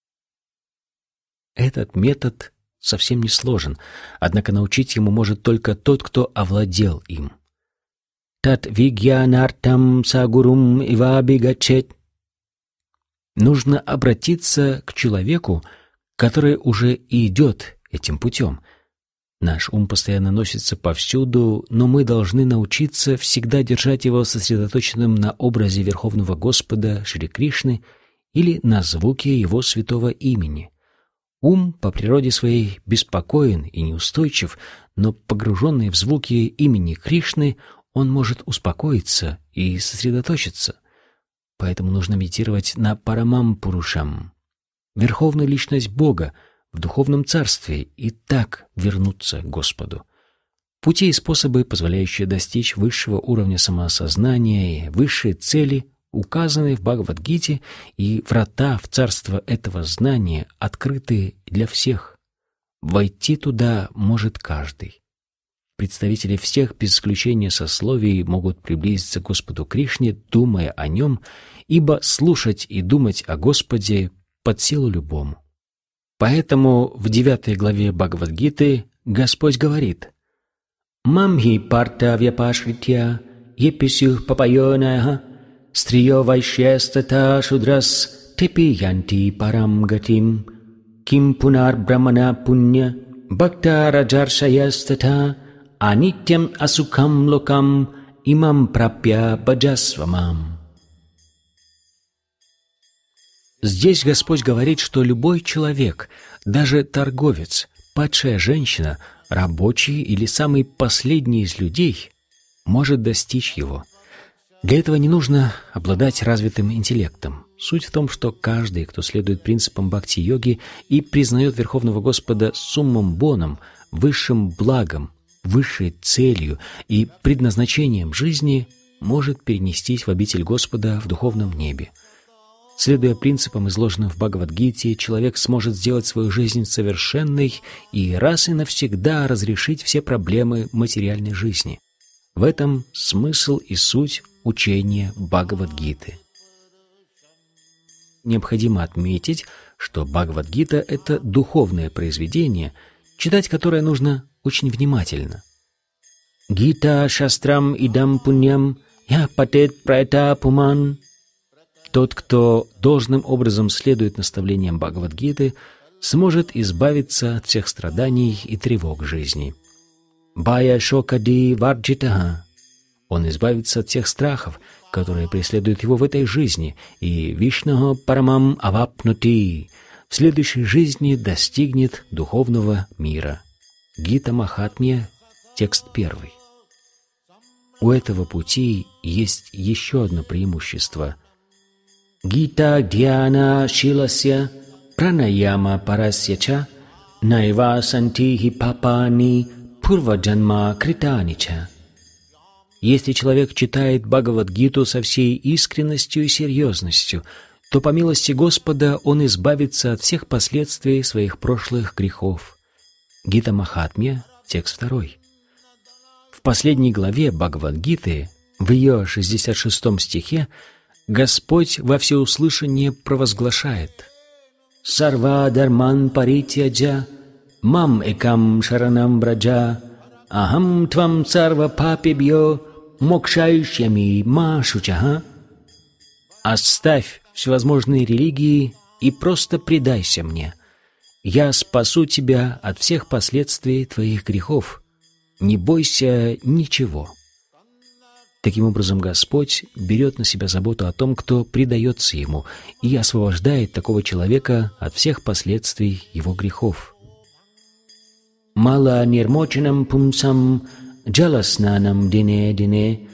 Этот метод совсем не сложен, однако научить ему может только тот, кто овладел им. тат вигьянартам сагурум ивабигачет. Нужно обратиться к человеку, который уже идет этим путем. Наш ум постоянно носится повсюду, но мы должны научиться всегда держать его сосредоточенным на образе Верховного Господа Шри Кришны или на звуке Его святого имени. Ум по природе своей беспокоен и неустойчив, но погруженный в звуки имени Кришны, он может успокоиться и сосредоточиться. Поэтому нужно медитировать на Парамам-Пурушам, Верховную Личность Бога, в духовном царстве, и так вернуться к Господу. Пути и способы, позволяющие достичь высшего уровня самоосознания и высшей цели, указаны в Бхагавад-гите, и врата в царство этого знания открыты для всех. Войти туда может каждый. Представители всех, без исключения сословий, могут приблизиться к Господу Кришне, думая о Нем, ибо слушать и думать о Господе под силу любому. Поэтому в девятой главе Бхагавад-гиты Господь говорит: «Мамхи парта вьяпашритья еписюх папайонаха стриё вайшьястата шудрас тепи янти парам гатим ким пунар брамана пунья бхакта раджаршаястата анитьям асукам локам имам прапья баджасвамам». Здесь Господь говорит, что любой человек, даже торговец, падшая женщина, рабочий или самый последний из людей, может достичь его. Для этого не нужно обладать развитым интеллектом. Суть в том, что каждый, кто следует принципам бхакти-йоги и признает Верховного Господа суммам боном, высшим благом, высшей целью и предназначением жизни, может перенестись в обитель Господа в духовном небе. Следуя принципам, изложенным в Бхагавад-гите, человек сможет сделать свою жизнь совершенной и раз и навсегда разрешить все проблемы материальной жизни. В этом смысл и суть учения Бхагавад-гиты. Необходимо отметить, что Бхагавад-гита — это духовное произведение, читать которое нужно очень внимательно. «Гита шастрам идам пуньям я патет прайта пуман». Тот, кто должным образом следует наставлениям Бхагавад-гиты, сможет избавиться от всех страданий и тревог жизни. «Бая шокади варджитаха» — он избавится от всех страхов, которые преследуют его в этой жизни, и «Вишнаха парамам авапнути» — в следующей жизни достигнет духовного мира. Гита Махатмья, текст первый. У этого пути есть еще одно преимущество — Гита дьяна шиласья пранаяма парасьяча найва сантихи папани пурваджанма кританича. Если человек читает Бхагавад-гиту со всей искренностью и серьезностью, то по милости Господа он избавится от всех последствий своих прошлых грехов. Гита Махатмья, текст второй. В последней главе Бхагавад-гиты, в ее шестьдесят шестом стихе, Господь во всеуслышание провозглашает: «Сарва дарман паритьяджа, мам экам шаранам браджа, ахам твам сарва папебьё, мокшаишьями ма шучаха». «Оставь всевозможные религии и просто предайся мне. Я спасу тебя от всех последствий твоих грехов. Не бойся ничего». Таким образом, Господь берет на себя заботу о том, кто предается Ему, и освобождает такого человека от всех последствий его грехов. «Мала нирмочанам пумсам джаласнанам дине-дине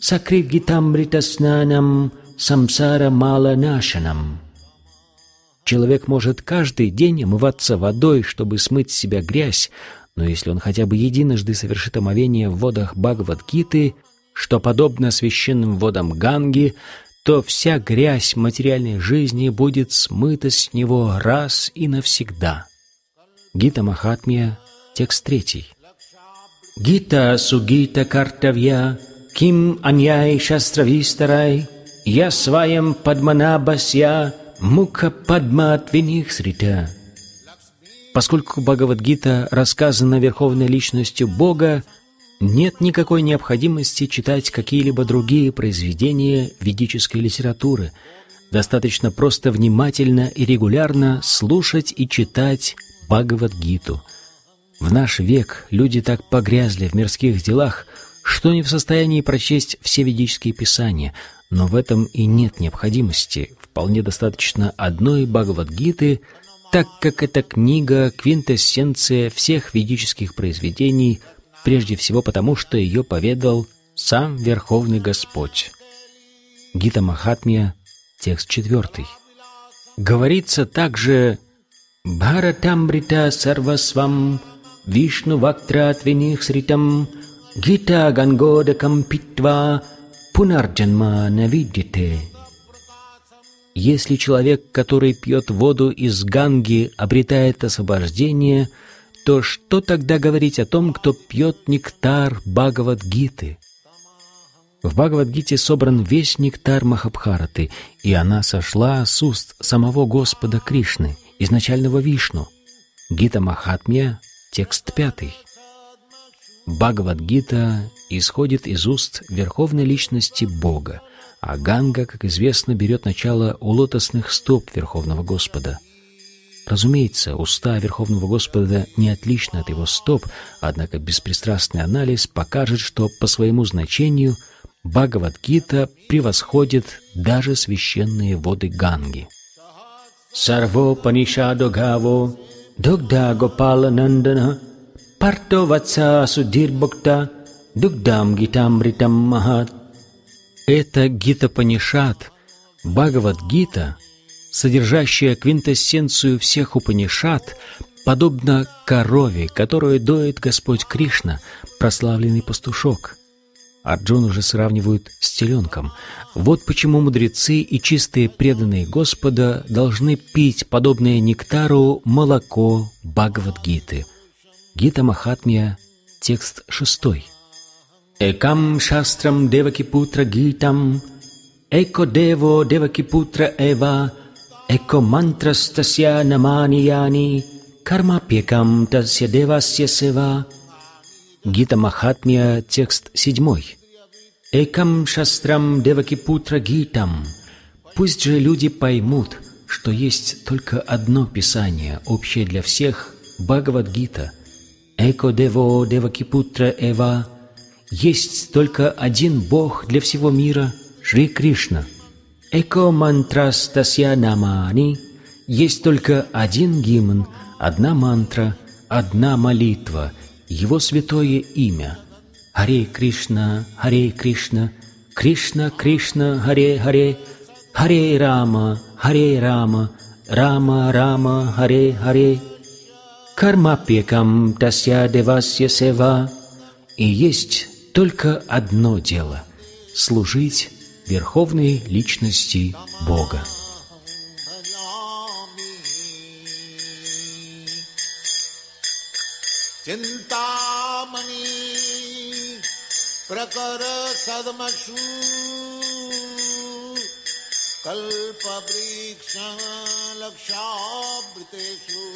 сакрит-гитамрита-снанам самсара мала нашанам». Человек может каждый день омываться водой, чтобы смыть с себя грязь, но если он хотя бы единожды совершит омовение в водах Бхагавад-гиты, что подобно священным водам Ганги, то вся грязь материальной жизни будет смыта с него раз и навсегда. Гита Махатмья, текст третий. «Гита сугита картавья, ким аньяй шастравистарай, я сваям падманабасья, мукха падмат винихсрита». Поскольку Бхагавад-гита рассказана Верховной Личностью Бога, Нет никакой необходимости читать какие-либо другие произведения ведической литературы. Достаточно просто внимательно и регулярно слушать и читать Бхагавад-гиту. В наш век люди так погрязли в мирских делах, что не в состоянии прочесть все ведические писания, но в этом и нет необходимости. Вполне достаточно одной Бхагавад-гиты, так как эта книга — квинтэссенция всех ведических произведений, прежде всего потому, что ее поведал сам Верховный Господь. Гита Махатмья, текст четвертый. Говорится также «Бхаратамрита сарвасвам Вишну вактрат винихсритам Гита гангодакам питва пунарджанма навидите». Если человек, который пьет воду из Ганги, обретает освобождение, то что тогда говорить о том, кто пьет нектар Бхагавад-гиты? В Бхагавад-гите собран весь нектар Махабхараты, и она сошла с уст самого Господа Кришны, изначального Вишну. Гита Махатмья, текст пятый. Бхагавад-гита исходит из уст Верховной Личности Бога, а Ганга, как известно, берет начало у лотосных стоп Верховного Господа. Разумеется, уста Верховного Господа не отличны от его стоп, однако беспристрастный анализ покажет, что по своему значению Бхагавад-гита превосходит даже священные воды Ганги. Сарво панишадо гаво дугда гопала нандана парто ватса судирбхакта дугдам гитамритам махат. Это Гита-панишад, Бхагавад-гита, содержащая квинтэссенцию всех Упанишад, подобно корове, которую доит Господь Кришна, прославленный пастушок. Арджуну же сравнивают с теленком. Вот почему мудрецы и чистые преданные Господа должны пить подобное нектару молоко Бхагавад-гиты. Гита Махатмья, текст шестой. Экам шастрам деваки-путра гитам, эко дево деваки-путра эва, эко мантрастасья наманияни, кармапьякам тасья девасья сева. Гита Махатмья, текст седьмой. Экам шастрам деваки-путра гитам. Пусть же люди поймут, что есть только одно писание, общее для всех, Бхагавад-гита. Эко дево деваки-путра эва. Есть только один Бог для всего мира, Шри Кришна. Эко мантрастасья намани. Есть только один гимн, одна мантра, одна молитва, Его святое имя. Харе Кришна, Харе Кришна, Кришна Кришна, Харе Харе, Харе Рама, Харе Рама, Рама Рама, Харе Харе. Кармапьякам тасья девасья сева. И есть только одно дело — служить Верховной Личности Бога. Чинтамани пракара садмашу кальпаврикша лакшабритешу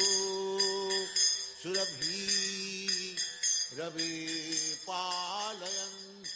сурабхи рави палаянти.